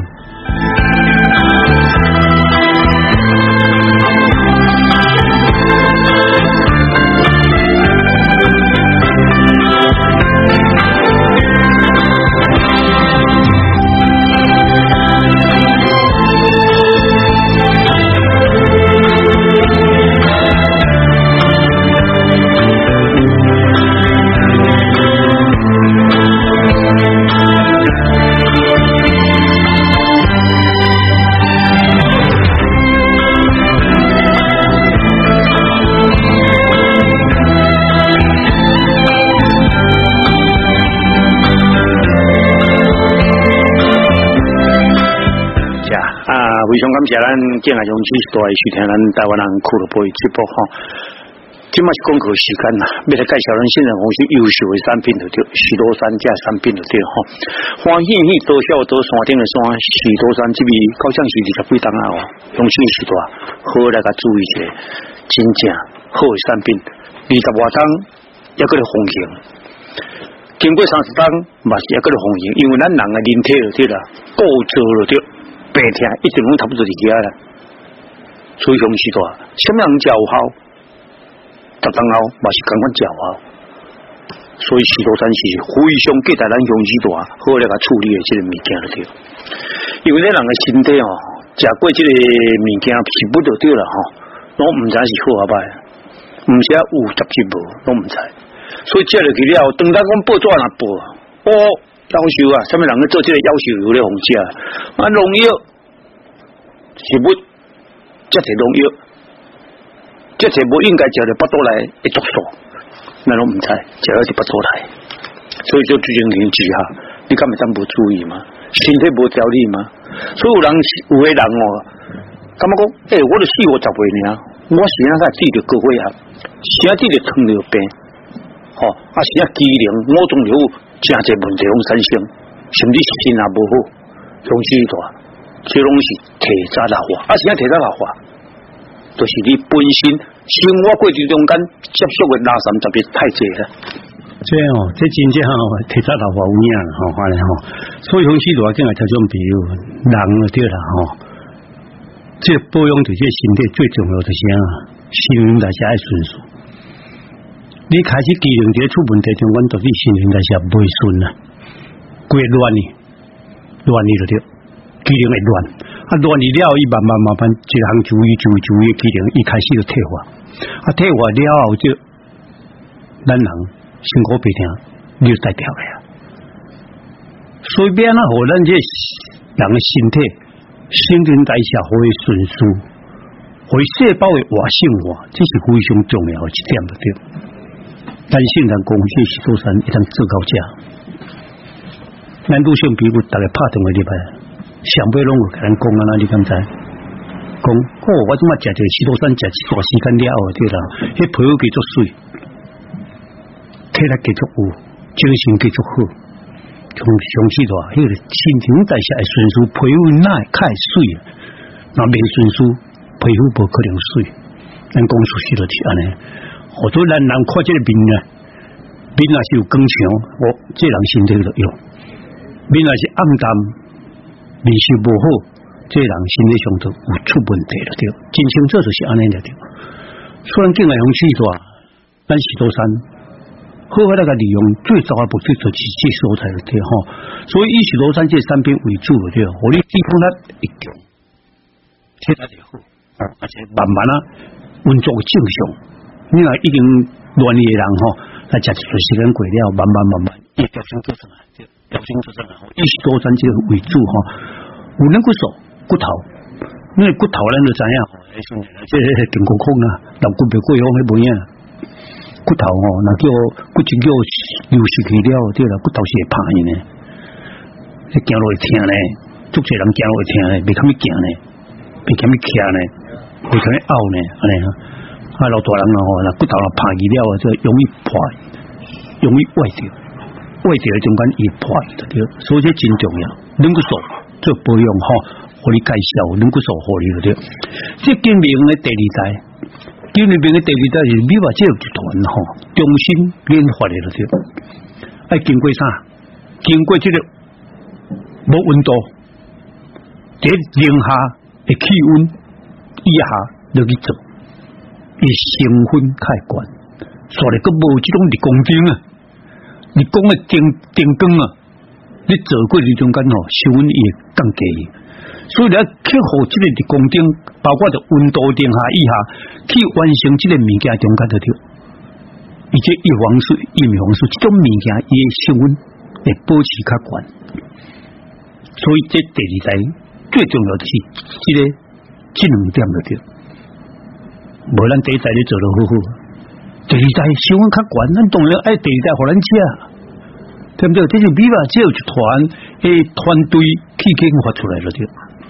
非常感谢咱敬爱勇气大收听咱台湾人俱乐部的节目吼。今嘛是广告时间啦，要来介绍咱现在公司优秀的产品就对，许多山这产品就对吼。欢喜喜多少多山顶的山，许多山这边好像是二十几档啊哦，勇气是大，好来个注意一下，真正好的产品，二十外档也搁咧风行，经过三十档嘛是也搁咧风行，因为咱人的人体就对啦，固着就对，白天一直拢差不多伫家啦，所以勇气大，什么人较有效？十当后嘛是共款照啊，所以许多山是非常记得咱勇气大，好来个处理的这个物件就对。因为咱人的身体哦，食过这个物件是不就对了吼，拢唔知是好啊歹，唔是有十级无，拢唔知。所以接落去了，当咱讲报纸若报，哦，要求啊，什么人去做这个要求有咧红食，啊，农药是不这些农药。这些不应该食的巴肚来一毒素，那拢唔知食了就巴肚来，所以就最近研究下，你敢会当无注意吗？身体无调理吗？所以有人有个人哦，感觉讲，诶、欸，我著四五十岁尔，我时仔才治着高血压，时仔治着糖尿病，吼、哦，啊时仔机能我总有真侪问题拢产生，甚至是心也无好，勇气大，这拢是体早老化，啊时仔体早老化。就是你本身生活过程中间接触的垃圾特别太侪啦。这哦，这真正吼，体早老化有影啦，吼，反正吼，所以勇气大，今日就种比如人对啦，吼，这保养对这身体最重要的是啥？新陈代谢爱顺序。你开始机能在出问题中间，导致新陈代谢袂顺啦，过乱呢，乱呢就对，机能会乱。啊，乱去了，伊慢慢慢慢一项注意注意注意机能，伊开始就退化。啊，退化了后就，咱人身体不听，你就带掉了呀。所以变啊，互咱这人的身体新陈代谢会顺序，会细胞的活性化，这是非常重要的一点的对。咱现在公司是做山一张最高价，咱女性比如大概拍电话入来。上尾拢有甲咱讲啊，你敢知？讲哦，我即马食着西多山食一段时间了后对啦，迄皮肤继续水，体力继续有，精神继续好，从上次大，迄个新陈代谢的顺序，皮肤哪会较水啊？那未顺序，皮肤无可能水。咱讲出事就是安尼，好多咱人看这个面啊，面若是有光强，哦，这人身体就用；面若是暗淡。面色无好，这人身体上头有出问题了对，真清楚就是安尼了对。虽然境内风气大，咱许多山好好那个利用最早的目的就是这所在了对吼，所以以许多山这产品为主了对，我哋地方它一强，体力就好，而且慢慢啊运作正常。你若已经乱的人吼，来食一段时间过了，慢慢慢慢一调整做上来对。调整做上来，以许多山这个为主哈，有咱骨素、骨头，因为骨头咱就知影，这健康空啦，老骨别过用迄无影。骨头吼，那叫骨质叫流失去了，对啦，骨头是会怕伊呢，你行路会疼呢，足侪人行路会疼呢，袂堪去行呢，袂堪去徛呢，袂堪去拗呢，安尼哈。啊，老大人吼，那骨头若怕去了，就容易破，容易歪掉。外地的中间也破的对，所以这真重要。能够说做保养吼，我哋介绍能够说好的对。这经明的第二代，经明的第二代是美华这集团吼，中心研发的对。爱经过啥？经过这个无温度，在零下的气温以下落去做，伊成分太悬，所以佮无这种日光灯啊。你讲的电电工啊，你做过程中间吼，收温也降低，所以你要克服这个日光灯，包括着温度零下以下，去完成这个物件中间就对。而且叶黄素、叶黄素这种物件，伊的收温会保持较悬，所以这第二代最重要的是这个这两点就对。无咱第一代你做得好好。第二代收温较悬，咱当然爱第二代互咱吃，对不对？这是美华这集团诶团队去研发出来了对。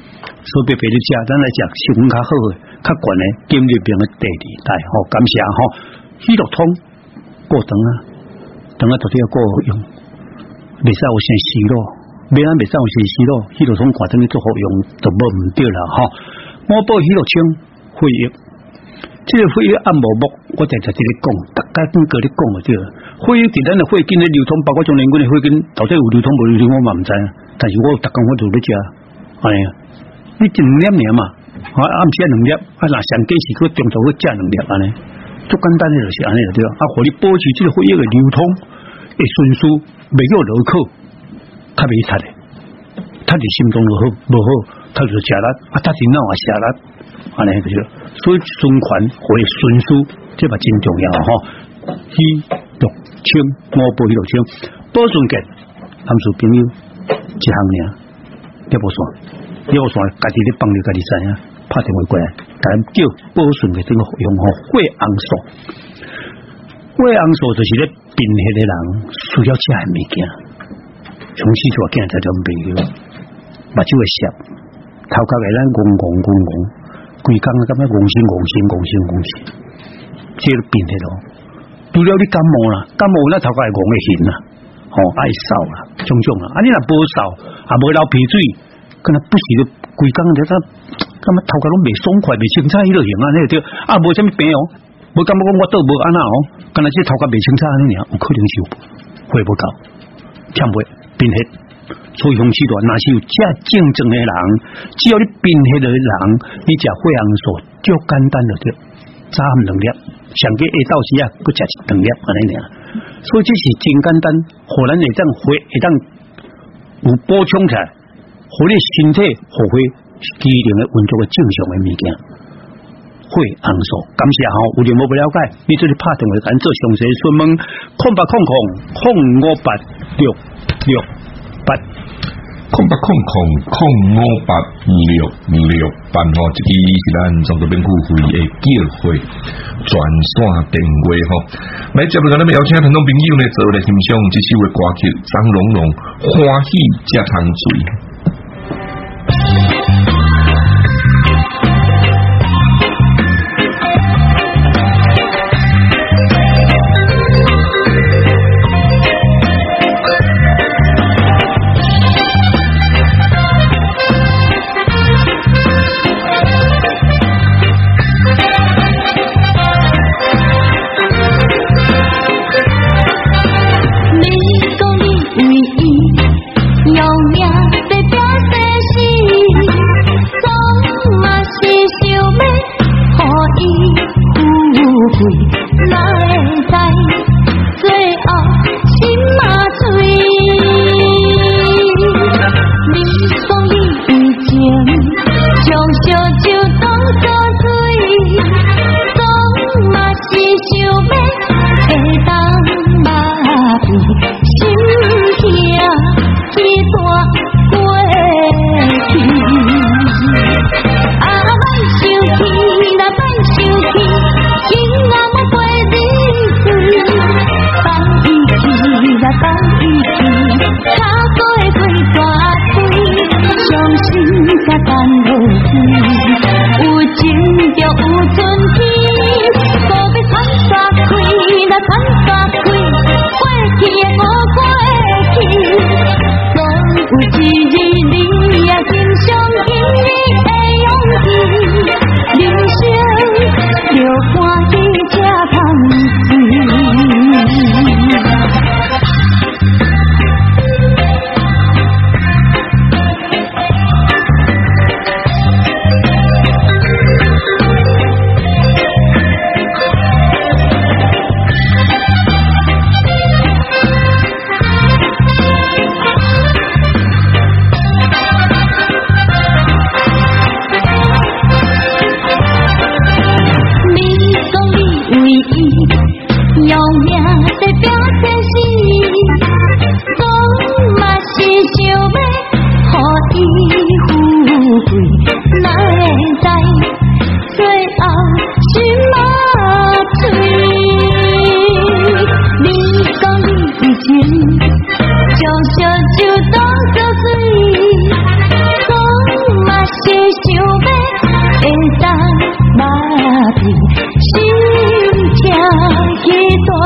所以别的食，咱来食成分较好诶，较悬诶，金日饼诶第二代吼，感谢吼，喜乐通过长啊，长啊到底要过用，袂使有先死咯，袂咱袂使有先死咯，喜乐通看怎么做好用，就无毋对啦吼。我报喜乐清会议，这个会议按无目，我在在这里讲，大家跟各你讲诶对。会议伫咱诶会金诶流通，包括中年军诶会金，到底有流通无流通我嘛毋知，但是我逐工我做咧食，安尼。你一两粒尔嘛，啊暗时两粒，啊若上计是去中途去食两粒安尼，足简单诶就是安尼就对啊。啊，互你保持这个血液嘅流通会顺序，袂叫落口，较袂差诶。他伫心中就好无好，他就食力，啊他是脑也食力，安尼就对。所以循环会顺序，这嘛真重要吼。喜乐清，我报喜乐清，保存健，男士朋友一项尔，一无算。要算家己咧帮你家己知影，拍电话过来，甲咱叫保顺嘅这个用吼血红素，血红素就是咧贫血嘅人需要食嘅物件，从此就话见在种朋友，目睭会涩，头壳会咱戆戆戆戆，规工感觉戆心戆心戆心戆心，这个贫血咯。除了你感冒啦，感冒咱头壳会戆会痕啦，吼爱扫啦，种种啦，啊你若无扫，啊无流鼻水。可能不是就规工在他，感觉头壳拢未爽快，未清彩，迄落型啊，那个对，啊，无啥物病哦，无感觉讲我倒无安那哦，干那只头壳未清彩安尼尔，有可能是有血不够，欠血贫血，所以雄起段，若是有这症状的人，只要你贫血的人，你食血红素就简单了对，早暗两粒，上计下昼时啊，佮食一两粒安尼尔，所以这是真简单，互咱会当血会当有补充起来。互你身体发挥机能嘅运作嘅正常嘅物件，血红素，感谢吼，有任何不了解，你就是拍电话咱做详细询问，空八空空空五八六六八， 空八空空空五八六六八吼，这个是咱中国免付费嘅叫会专线电话吼。来接落来，咱们邀请听众朋友呢，做来欣赏这首嘅歌曲《张龙龙欢喜食汤水》。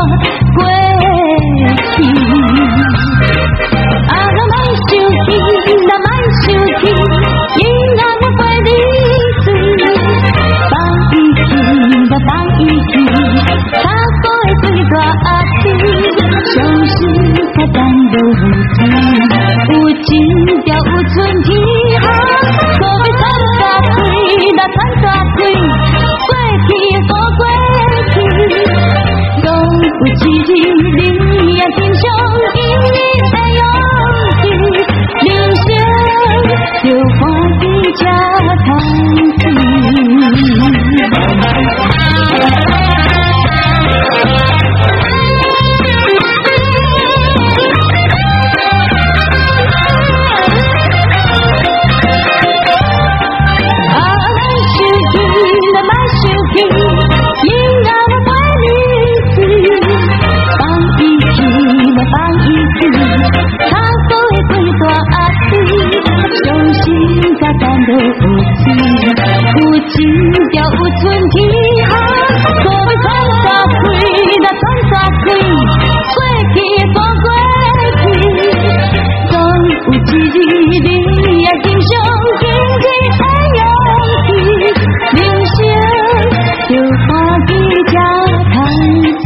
过去。啊，咱莫生气，咱莫生气，永远要陪你睡。放伊去，咱放伊去，他过的最大阿弟，相信他等到有天，有情调有春天。啊，可要穿大开，那穿大开，过去的过过去，总有一日你也欣赏因你的勇气，人生就看见这叹气。有情调有春天，啊，可要穿大开，那穿大开，过去的过过去，总有一日你也欣赏经济的勇气，人生就看见这叹气。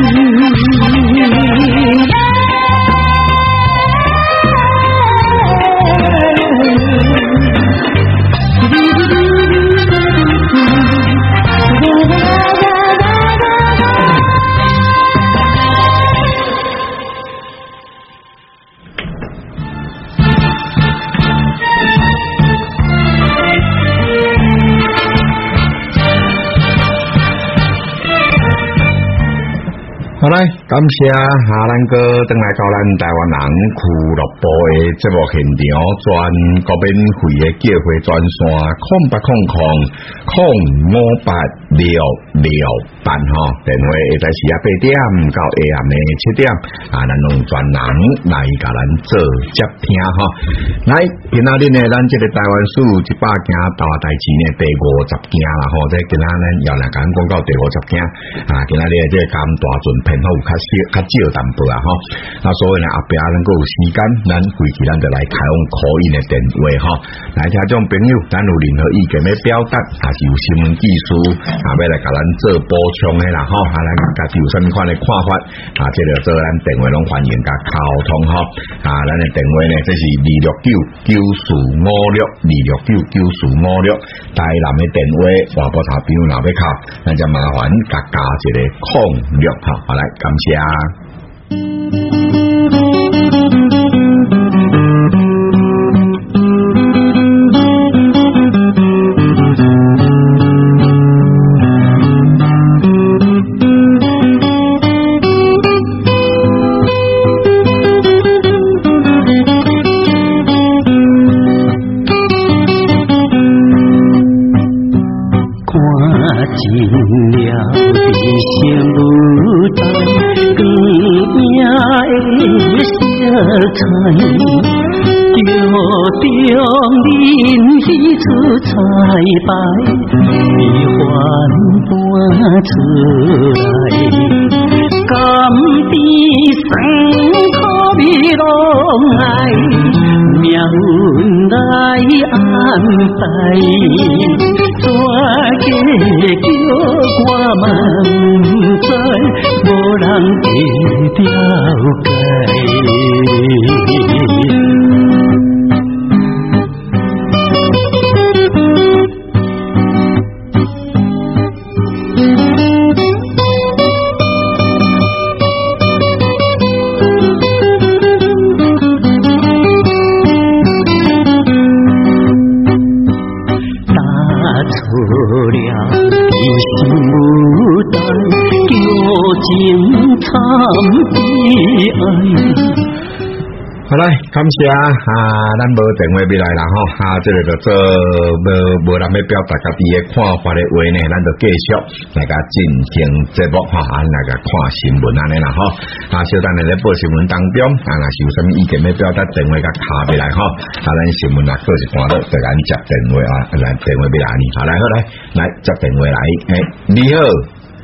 好来，感谢哈咱哥登来到咱台湾人俱乐部的节目现场，全国免费的叫货专线空八空空空五八六六八吼，电话会在时啊八点到下暗的七点啊，咱用专人来甲咱做接听吼。来，今仔日呢，咱这个台湾史一百件大代志呢，第五十件啦吼，这今仔咱要来讲讲到第五十件啊，今仔日这个甘大准偏好有较少较少淡薄啊吼，那所以呢后壁能够有时间，咱回去咱就来开放call in的电话吼，来听众朋友，咱有任何意见要表达，还是有新闻技术啊，要来甲咱做补充的啦吼，啊，咱家己有啥物款的看法啊，这个做咱电话拢欢迎甲沟通吼，啊，咱的电话呢，这是二六九九四五六二六九九四五六，台南的电话，外部查朋友若要敲，咱就麻烦甲加一个空六吼，好来，感谢。白你还搬出来，甘地生可比拢爱，命运来安排，怎个叫我嘛不知，无人会了解。好来，感谢啊！咱无电话要来啦吼，啊，这个就做无无人要表达家己的看法的话呢，咱就继续来甲进行节目吼，啊，来甲看新闻安尼啦吼，啊，小等下咧报新闻当中，啊，若是有啥物意见要表达，电话甲卡起来吼，啊，咱新闻啊，过一段落就咱接电话啊，来电话要来呢，好来好来，来接电话来，诶，你好。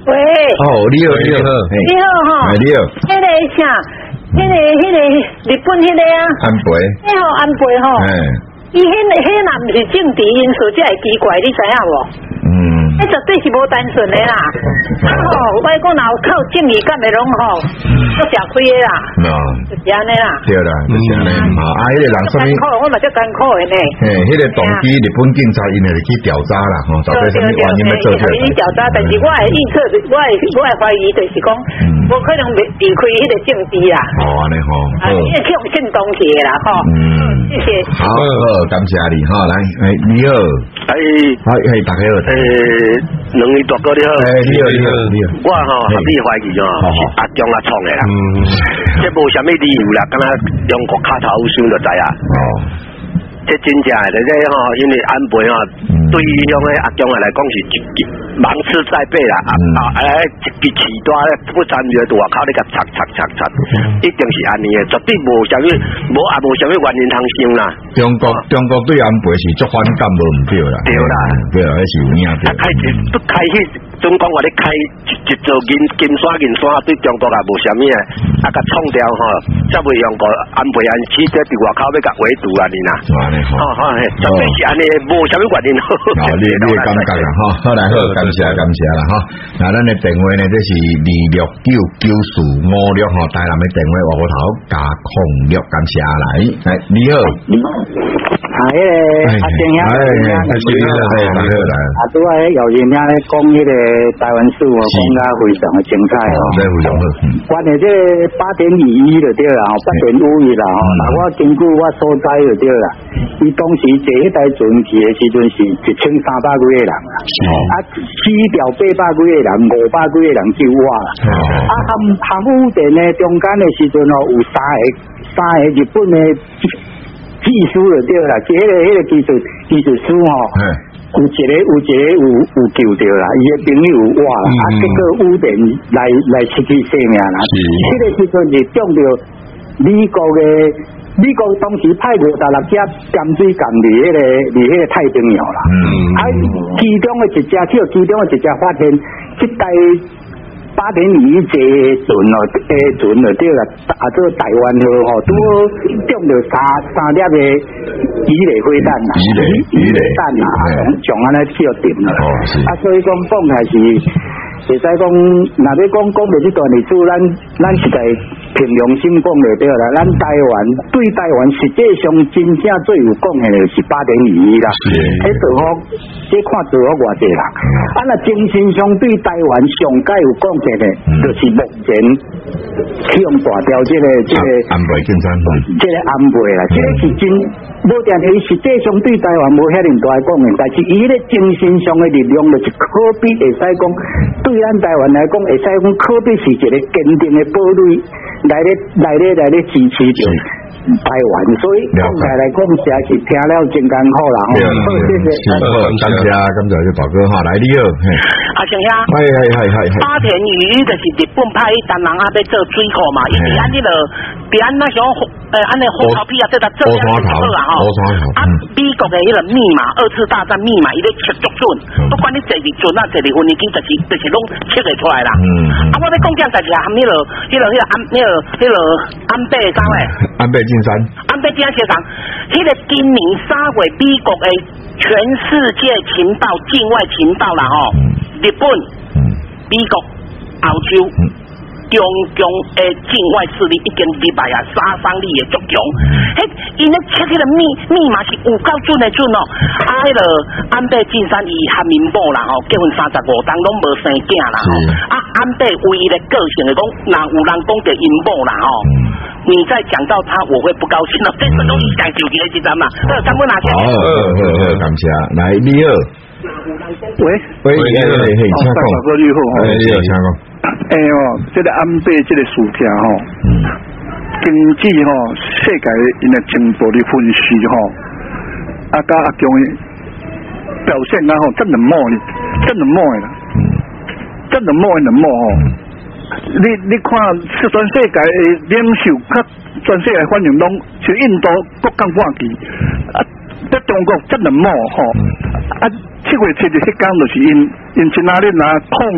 喂。 哦，你好，你好， 你好哈。 你好。 迄个啥？迄个迄个日本迄个啊。 安倍。 你好，安倍吼。哎。伊迄个迄若毋是政治因素，才会奇怪，你知影无？嗯。迄绝对是无单纯的啦。啊吼，我讲若有靠正义感的拢吼，都吃亏的啦。哦。就是安尼啦。对啦，就是安尼。啊，啊，迄个人什么？艰苦，我嘛足艰苦的呢。嘿， 迄个动机日本警察因为去调查啦，吼，到底什么原因要做这个？ 去调查，但是我的预测，我的我的怀疑就是讲，无可能离离开迄个政治啦。 哦，安尼吼。 啊，因为去用信东西啦，吼。嗯。谢谢。 好，好，感谢你哈，来，哎，你好。 哎。 哎，哎，大家好。 诶，两位大哥你好。 哎，你好，你好，你好。 我吼合理怀疑哦，是阿中啊创的啦。嗯。这无啥物理由啦，敢若中国卡头有想就知啊。哦。这真正的这吼，因为安倍吼，对于向个阿中来讲是一盲刺在背啦。啊啊，哎，一支旗大咧不沾热度啊，靠你个擦擦擦擦，一定是安尼的，绝对无啥物，无也无啥物原因通想啦。 中国中国对安倍是足反感无唔对啦。 对啦， 对啦，迄是有影对。 开始都开始，总讲话咧开一一座银金山银山，对中国也无啥物啊，啊甲创掉吼，才袂用个安倍安起在伫外口要甲围堵啊你呐。好好，绝对是安尼，无啥物原因。 好，你你嘅感觉啦，哈，好来好，感谢感谢啦，哈。那咱嘅电话呢，这是二六九九四五六哈，台南嘅电话话头加空六，感谢来，来你好， 啊，迄个阿正兄， 阿正兄，哎，大家来。 啊，拄啊，姚人兄咧讲迄个台湾史哦，讲得非常的精彩哦， 真非常好。 关于这八点二一就对啦，八点五一啦，吼，那我根据我所知就对啦。伊当时坐迄台船去的时阵是一千三百几个人啦，啊，死掉八百几个人，五百几个人救活啦。啊，含含武电呢，中间的时阵哦，有三个三个日本的技术就对啦，即迄个迄个技术技术师吼，有一个有一个有有救着啦，伊的朋友有活啦，啊，结果武电来来失去生命啦。迄个时阵是中着美国的。美国当时派五十六只潜水舰伫迄个伫迄个太平洋啦，嗯，啊，其中的一只，只有其中的一只发现，即台八点二一只船哦，诶船就对啦，啊，做台湾号吼，拄好中着三三粒的鱼雷飞弹啦，鱼雷鱼雷弹啦，啊，从安尼叫定啦，啊，所以讲讲还是。会使讲，若要讲讲到这段历史，咱咱是在凭良心讲就对啦。咱台湾对台湾实际上真正最有贡献的是八点二一啦。迄做好，这看做好偌济人。啊，那精神上对台湾上界有贡献的，就是目前起用大条这个这个安倍晋三， 这个安倍啦，这个是真。无定伊实际上对台湾无遐尼大贡献，但是伊迄个精神上的力量，就是可比会使讲，对咱台湾来讲，会使讲可比是一个坚定的堡垒，来咧来咧来咧支持着台湾，所以讲起来讲，真是听了真艰苦啦。好，谢谢。 好，感谢感谢这大哥哈，来你好。 阿正兄， 系系系系系。 八田鱼就是日本派单人啊，要做水库嘛，伊是安尼了，比安那种诶，安尼火头皮啊，这个这样子好啦吼。啊，美国的迄个密码，二次大战密码，伊咧测足准，不管你坐伫船啊，坐伫飞机，就是就是拢测得出来啦。啊，我要讲这代志啊，含迄个迄个迄个安迄个迄个安倍讲诶， 安倍晋三， 安倍晋三先生，迄个今年三月美国的全世界情报、境外情报啦吼，日本、美国、澳洲。中共的境外势力已经入来啊，杀伤力也足强。迄因咧测迄个密密码是有够准的准哦。啊，迄个安倍晋三伊和民某啦吼，结婚三十五当拢无生囝啦吼。啊，安倍唯一的个性是讲，若有人讲着因某啦吼，你再讲到他，我会不高兴了。这是拢是讲手机的一张嘛。好，三分拿钱。 好，好，好，感谢。来，你好。 喂喂，嘿嘿嘿，请讲。 你好， 你好，请讲。 哎哟，这个安倍这个事件吼，根据吼世界因的进步的分析吼，啊甲阿强的表现啊吼，真冷漠呢，真冷漠的，真冷漠的冷漠吼。你你看，是全世界的领袖，甲全世界反应拢像印度国共半旗，啊，在中国真冷漠吼，啊，七月七日迄天就是因因今仔日拿抗日。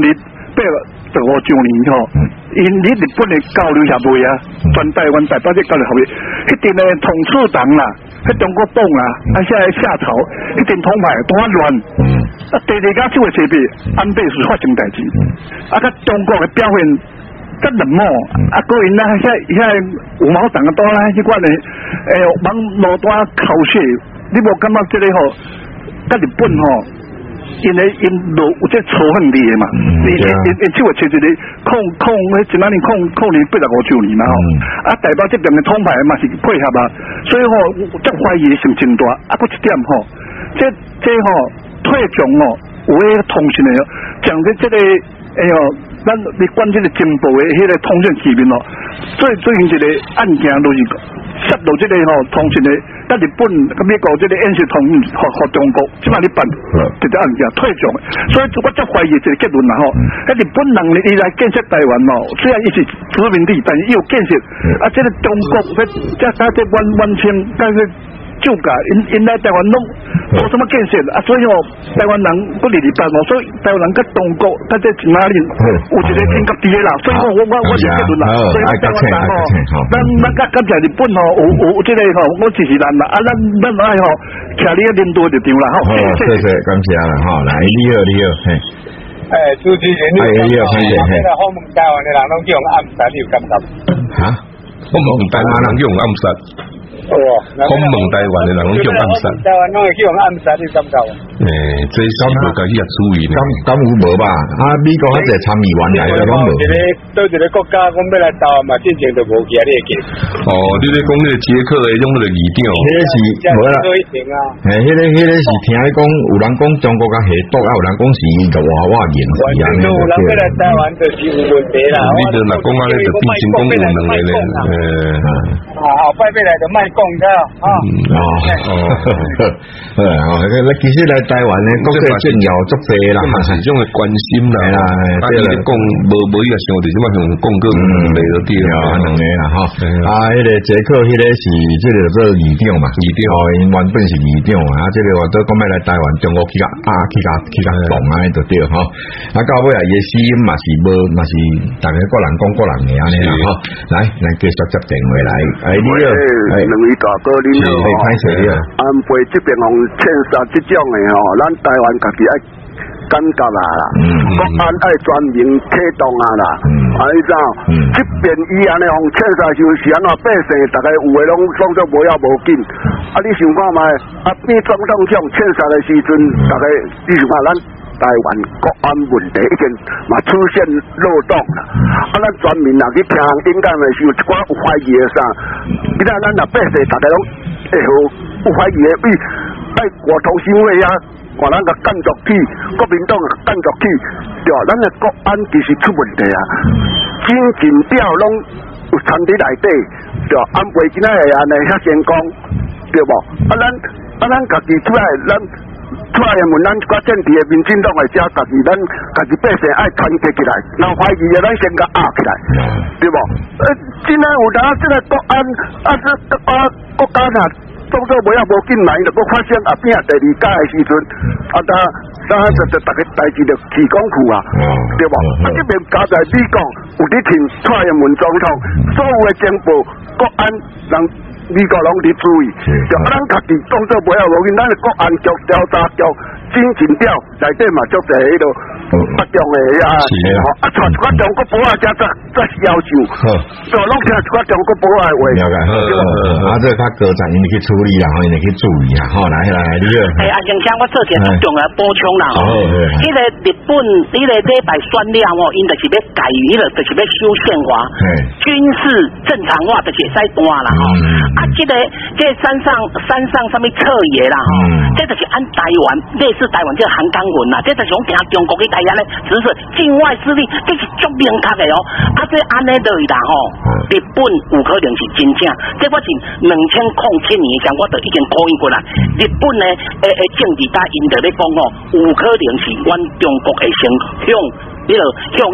八十五周年吼，因你日本的交流协会啊，全台湾台北这交流协会，迄阵的统治党啦，迄中国党啊，啊现在下朝，迄阵统派都啊乱，啊第二家手的设备安倍是发生代志，啊甲中国的表现较冷漠，啊个因啊现现五毛党啊多啦，迄款的诶网络端口水，你无感觉这个吼，甲日本吼？因为因路有这仇恨力的嘛，因因因手会找一个控控，迄一哪年控控年八十五周年嘛吼，啊台北这边的统派嘛是配合啊，所以吼这怀疑性真大，啊，佫一点吼，这这吼退将哦，有迄个通讯的哦，讲的这个哎呦，咱你管这个情报的迄个通讯器面哦，最最近一个案件都是泄露这个吼通讯的。但日本甲美国这个演习通和和中国，即摆你办这个案件退将，所以我则怀疑一个结论啦吼。迄日本人伊来建设台湾哦，虽然伊是殖民地，但是伊有建设。啊，这个中国这这这这完完全但是旧改，因因来台湾拢无什么建设啊，所以哦，台湾人不离离办哦，所以台湾人甲中国甲这哪里有一个天甲地的啦，所以我我我就结论啦，所以台湾人哦，咱咱甲甲在日本哦，有有这个吼，我支持咱啦，啊，咱咱爱吼，徛你个领导就对啦，吼。 好，谢谢，感谢啦，吼，来，你好，你好，嘿。 诶，主持人，你好，你好，现在访问台湾的人拢叫用暗杀，你有感觉？ 哈？访问台湾人用暗杀。 哦， 访问台湾的人拢叫暗杀， 台湾拢会叫暗杀，你感觉？ 诶，这是无家己也注意呢。 敢有无吧？啊，美国迄个参议员来的拢无。 一个对一个国家，讲要来台湾嘛，进前就无去啊，你会记？ 哦，你咧讲迄个捷克的种迄个议长， 迄个是无啦。诶，迄个迄个是听你讲，有人讲中国甲下毒，啊，有人讲是个娃娃演戏啊。 有人要来台湾就是有问题啦。 你就若讲安尼，就变成讲有两个咧，诶。 啊，后摆要来就卖讲噶，啊。 哦哦，对啊，那其实来台湾咧，国际政要足济啦， 嘛是种个关心啦，啦，对啦，讲无无伊也想着即摆用讲个来着对啊， 两个啦哈，啊，迄个捷克迄个是即个做议长嘛， 议长， 哦，因原本是议长啊，即个话都讲要来台湾，中国去甲啊去甲去甲动啊，就对哈，啊，到尾啊，伊死因嘛是无嘛是，逐个个人讲个人嘅安尼啦哈，来，咱继续接电话来，哎，你好， 哎，两位大哥你好， 歹势你好， 安倍这边用欠杀这种的吼，咱台湾家己爱感觉啊啦，国安爱全面启动啊啦，啊你知道，这边伊安尼用欠杀就是安怎百姓，大家有的拢讲做无要无紧，啊你想看卖，啊变总统这种欠杀的时阵，大家你想看咱。台湾国安问题已经嘛出现漏洞啦，啊，咱全民啊去听应该嘛是有一寡有怀疑的啥，你看咱若百姓大家拢会好有怀疑的，比爱国同心会啊，看咱个干作起，国民党干作起，对吧？咱的国安其实出问题啊，真真表拢有藏伫内底，对吧？安倍今仔会安尼遐先讲，对无？啊，咱啊咱家己出来，咱。出来问咱一寡政治的民进党的遮家己，咱家己百姓爱团结起来，若怀疑的咱先甲压起来，对无？呃，今仔有当即个国安啊，这啊国家若当作无要无紧来，就佫发生后边啊第二届的时阵，啊当当就就逐个代志就起讲去啊，对无？啊这边加在美国有伫听出来问总统，所有的情报国安人。美国拢伫注意，就咱家己当作不要无紧，咱的国安局、调查局、侦情表内底嘛，足侪迄落不中的啊，啊，传一寡中国保安遮则则要求，就拢听一寡中国保安话。 了解，啊，这较高层因去处理啦，因去注意啊，好来来你个。 哎，啊，先生，我做一个重要补充啦吼，迄个日本，迄个礼拜选了吼，因就是要改，迄个就是要修宪法，军事正常化就是会使单啦吼。啊，这个这山上山上上面彻野啦吼，这就是按台湾类似台湾这个韩港文啦，这就是讲听中国去台湾咧，只是境外势力，这是足明确的哦。啊，这安尼就是啦吼，日本有可能是真正，这我是两千零七年前我就已经讲过啦。日本呢，诶诶，政治家因就咧讲哦，有可能是阮中国会先向迄个向迄个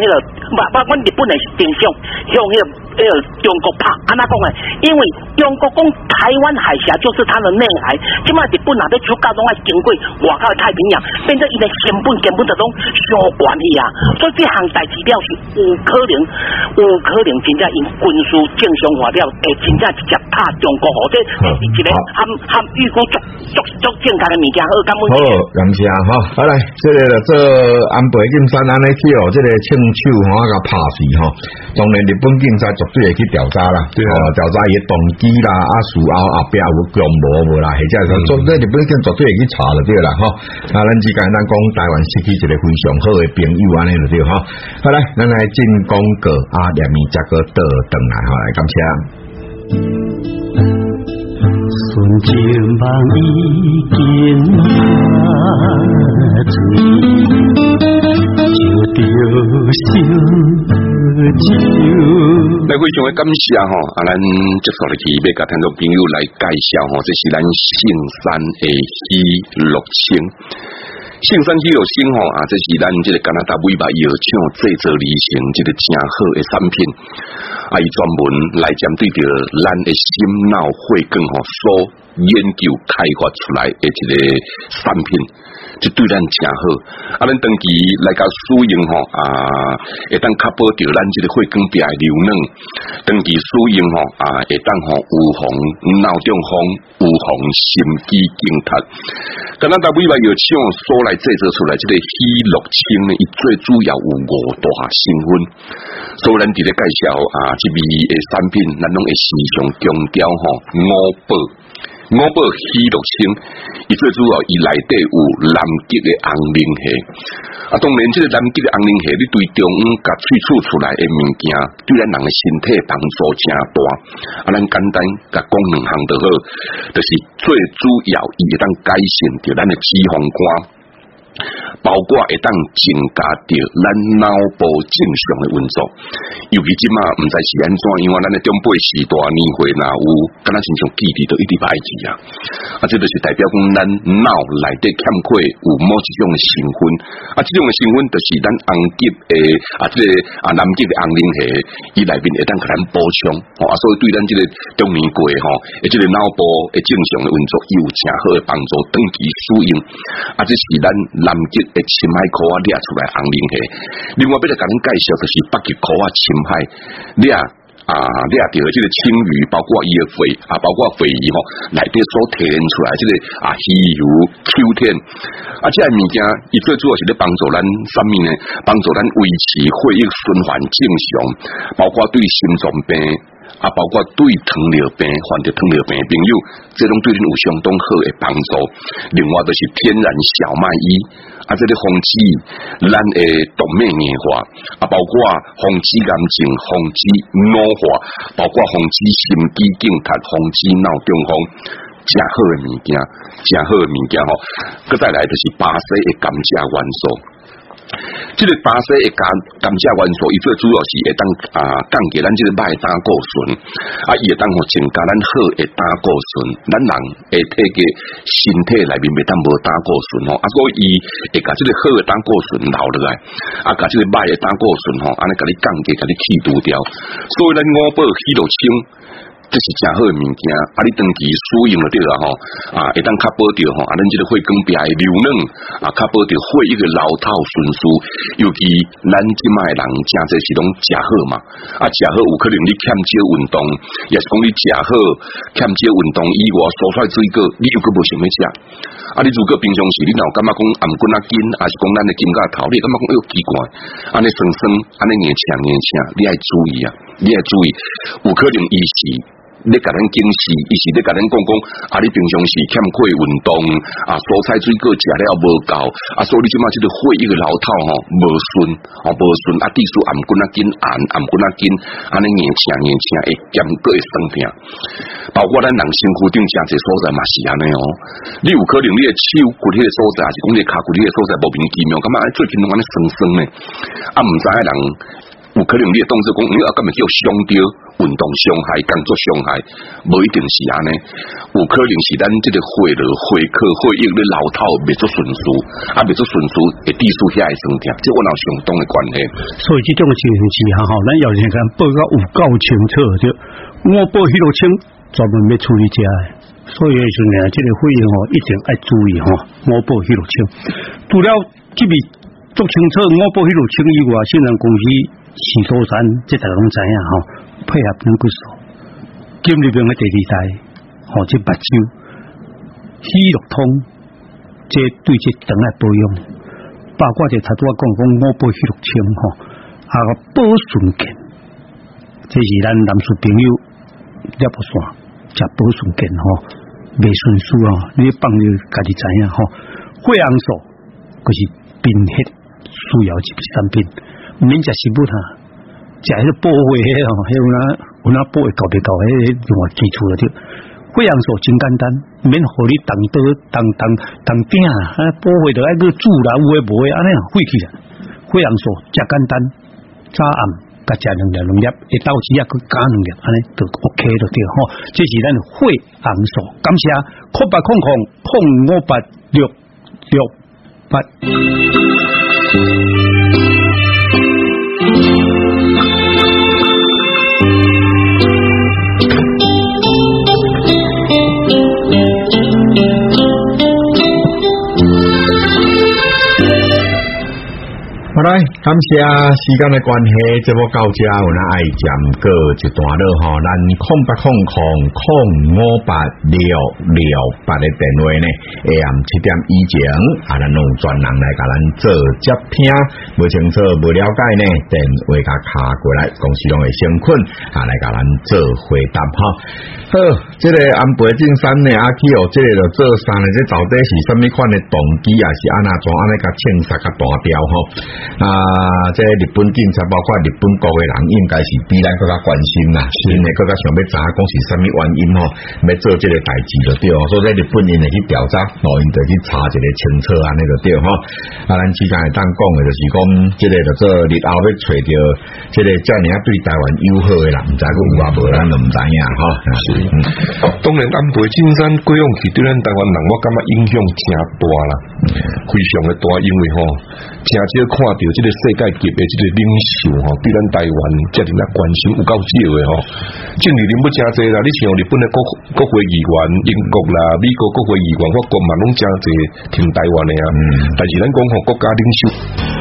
不不，阮日本的定向向迄个迄个中国拍，安怎讲诶？因为中国讲台湾海峡就是它的内海，即马日本若要出港拢爱经过外口的太平洋，变做伊的成本根本就拢相关去啊。所以这项代志了是有可能，有可能真正因军事正常化了，会真正直接拍中国哦。这这是一个含含预估足足足正确的物件，好，感恩。 好，感谢哈。好来，这个做安倍晋三安尼去哦，这个枪手吼啊，甲拍死吼。当然，日本警察绝对会去调查啦，对啊，调查伊动机啦，啊，事后后壁有共谋无啦，或者是说，这日本警绝对会去查了对啦，吼。啊，咱只简单讲，台湾失去一个非常好的朋友安尼就对哈。好来，咱来进广告啊，连面再个倒转来，好来，感谢。 纯情梦已经醉，就着烧酒。 来，非常的感谢吼，啊，咱接受了去要甲听众朋友来介绍吼，这是咱圣山的喜乐清。圣山喜乐清吼啊，这是咱这个加拿大尾巴药厂制作而成一个真好的产品。啊，伊专门来针对着咱的心脑血管吼所研究开发出来的一个产品，这对咱真好。啊，咱长期来甲使用吼啊，会当确保着咱这个血管壁的流能，长期使用吼啊，会当吼预防脑中风、预防心肌梗塞。加拿大尾巴药厂所来制作出来这个喜乐清呢，伊最主要有五大成分，所以咱伫咧介绍啊，这味的产品，咱拢会时常强调吼五宝。五宝喜乐清，伊最主要伊内底有南极的红磷虾。啊，当然，这个南极的红磷虾，你对中央甲萃取出来的物件，对咱人的身体帮助真大。啊，咱简单甲讲两项就好，就是最主要伊会当改善着咱的脂肪肝。包括会当增加着咱脑部正常的运作，尤其即马毋知是安怎，因为咱的中辈时代年岁若有，敢若亲像记忆都一直歹记啊。啊，这就是代表讲咱脑内底欠缺有某一种的成分，啊，这种的成分就是咱红极的啊，这个啊南极的红磷虾，伊内面会当甲咱补充，哦，啊，所以对咱这个中年过吼，诶，这个脑部的正常的运作有真好的帮助，长期使用，啊，这是咱南极的深海壳啊掠出来红磷虾。另外，要来甲咱介绍就是北极壳啊深海掠啊掠到这个青鱼，包括伊的肺啊，包括肺鱼吼内底所提炼出来这个啊鱼油、Q 天啊，这物件伊最主要是咧帮助咱啥物呢？帮助咱维持血液循环正常，包括对心脏病。啊，包括对糖尿病患着糖尿病的朋友，这种对恁有相当好的帮助。另外就是天然小麦衣，啊，这个防止咱的动脉硬化，啊，包括防止癌症、防止老化，包括防止心肌梗塞、防止脑中风，真好的物件，真好的物件吼。佮再来就是巴西的甘蔗元素。这个巴西的甘甘蔗元素，伊最主要是会当啊降低咱这个歹胆固醇，啊，伊会当吼增加咱好的胆固醇，咱人的体个身体内面袂当无胆固醇吼，啊，所以伊会甲这个好的胆固醇留落来，啊，甲这个歹的胆固醇吼，安尼甲你降低，甲你去除掉，所以咱五宝喜乐清。这是真好的物件，啊！你长期使用就对啦吼，啊，会当确保着吼，啊，咱这个血管壁的流能，啊，确保着血液的流透顺序。尤其咱即卖人真侪是拢食好嘛，啊，食好有可能你欠少运动，也是讲你食好欠少运动以外，蔬菜水果你又阁无想要食。啊，你如果平常时你若感觉讲颔骨啊紧，还是讲咱的肩胛头，你感觉讲哎呦奇怪，安尼酸酸，安尼硬呛硬呛，你爱注意啊，你爱注意，有可能伊是。你甲咱警示，伊是咧甲咱讲讲，啊，你平常时欠缺运动，啊，蔬菜水果食了无够，啊，所以你即马即个血液个流透吼无顺，吼无顺，啊，地属颔骨啊紧，颔颔骨啊紧，安尼硬呛硬呛会兼个会生病，包括咱人身躯顶诚侪所在嘛是安尼哦。你有可能你的手骨迄个所在，还是讲你骹骨迄个所在莫名其妙，感觉最近拢安尼酸酸诶，啊，毋知影人。有可能你的动作讲，你啊，根本叫伤到， 运动伤害、工作伤害，无一定是安尼，有可能是咱这个血流、血课、血液咧流透未做顺序，啊未做顺序会致使遐个酸痛，即我有相当的关系。 所以这种情形之下，吼，咱要先看报告有够清楚着，我报迄落清专门要处理这个，所以时阵呢，这个费用吼一定要注意吼，我报迄落清，除了这边足清楚，我报迄落清以外，信任公司许多山，这大家拢知影吼。配合两骨素，金里边嘅第二代，或者目睭、喜乐通，这对这肠嘅保养，包括就头拄我讲讲我保喜乐清吼，啊个保顺健，这是咱男士朋友了不算，食保顺健吼，未顺输哦，你放你家己知影吼，血红素就是贫血需要一个产品，免食食物哈。食迄个保卫迄吼，迄有哪有哪保卫搞别搞迄另外基础了着。血红素真简单，免互你当刀当当当鼎啊，保卫着爱个煮啦，有诶无诶，安尼啊废去啦。血红素真简单，早暗甲食两粒两粒，一到时啊佮加两粒，安尼就 OK 了着吼。这是咱血红素，感谢空八空空空五八六六八。 好来，感谢时间的关系，节目到这有那爱占过一段落吼，咱空八空空空五八六六八的电话呢，下暗七点以前，啊，咱用专人来甲咱做接听，无清楚无了解呢，电话甲卡过来，公司拢会先困，啊，来甲咱做回答哈。好，这个安倍晋三呢，阿 Q 哦，这个就做三呢，这到底是什么款的动机，也是安那怎安尼甲清杀甲大条吼？啊，这日本警察包括日本国的人，应该是比咱更加关心啦，因为更加想要知讲是什么原因吼，要做这个代志就对哦。所以日本人会去调查，哦，因就去查一个清楚安尼就对吼。啊，咱之前会当讲的就是讲，这个就做日后要找到这个遮尔啊对台湾友好的人，唔知佮有啊无，咱就唔知影吼。 是，嗯，当然安倍晋三过往去对咱台湾人，我感觉影响真大啦，非常的大，因为吼，真少看到这个世界级的这个领袖吼，对咱台湾遮尔啊关心有够少的吼。政治人物真侪啦，你像日本的国国会议员、英国啦、美国国会议员、法国嘛，拢真侪挺台湾的啊。嗯，但是咱讲吼国家领袖。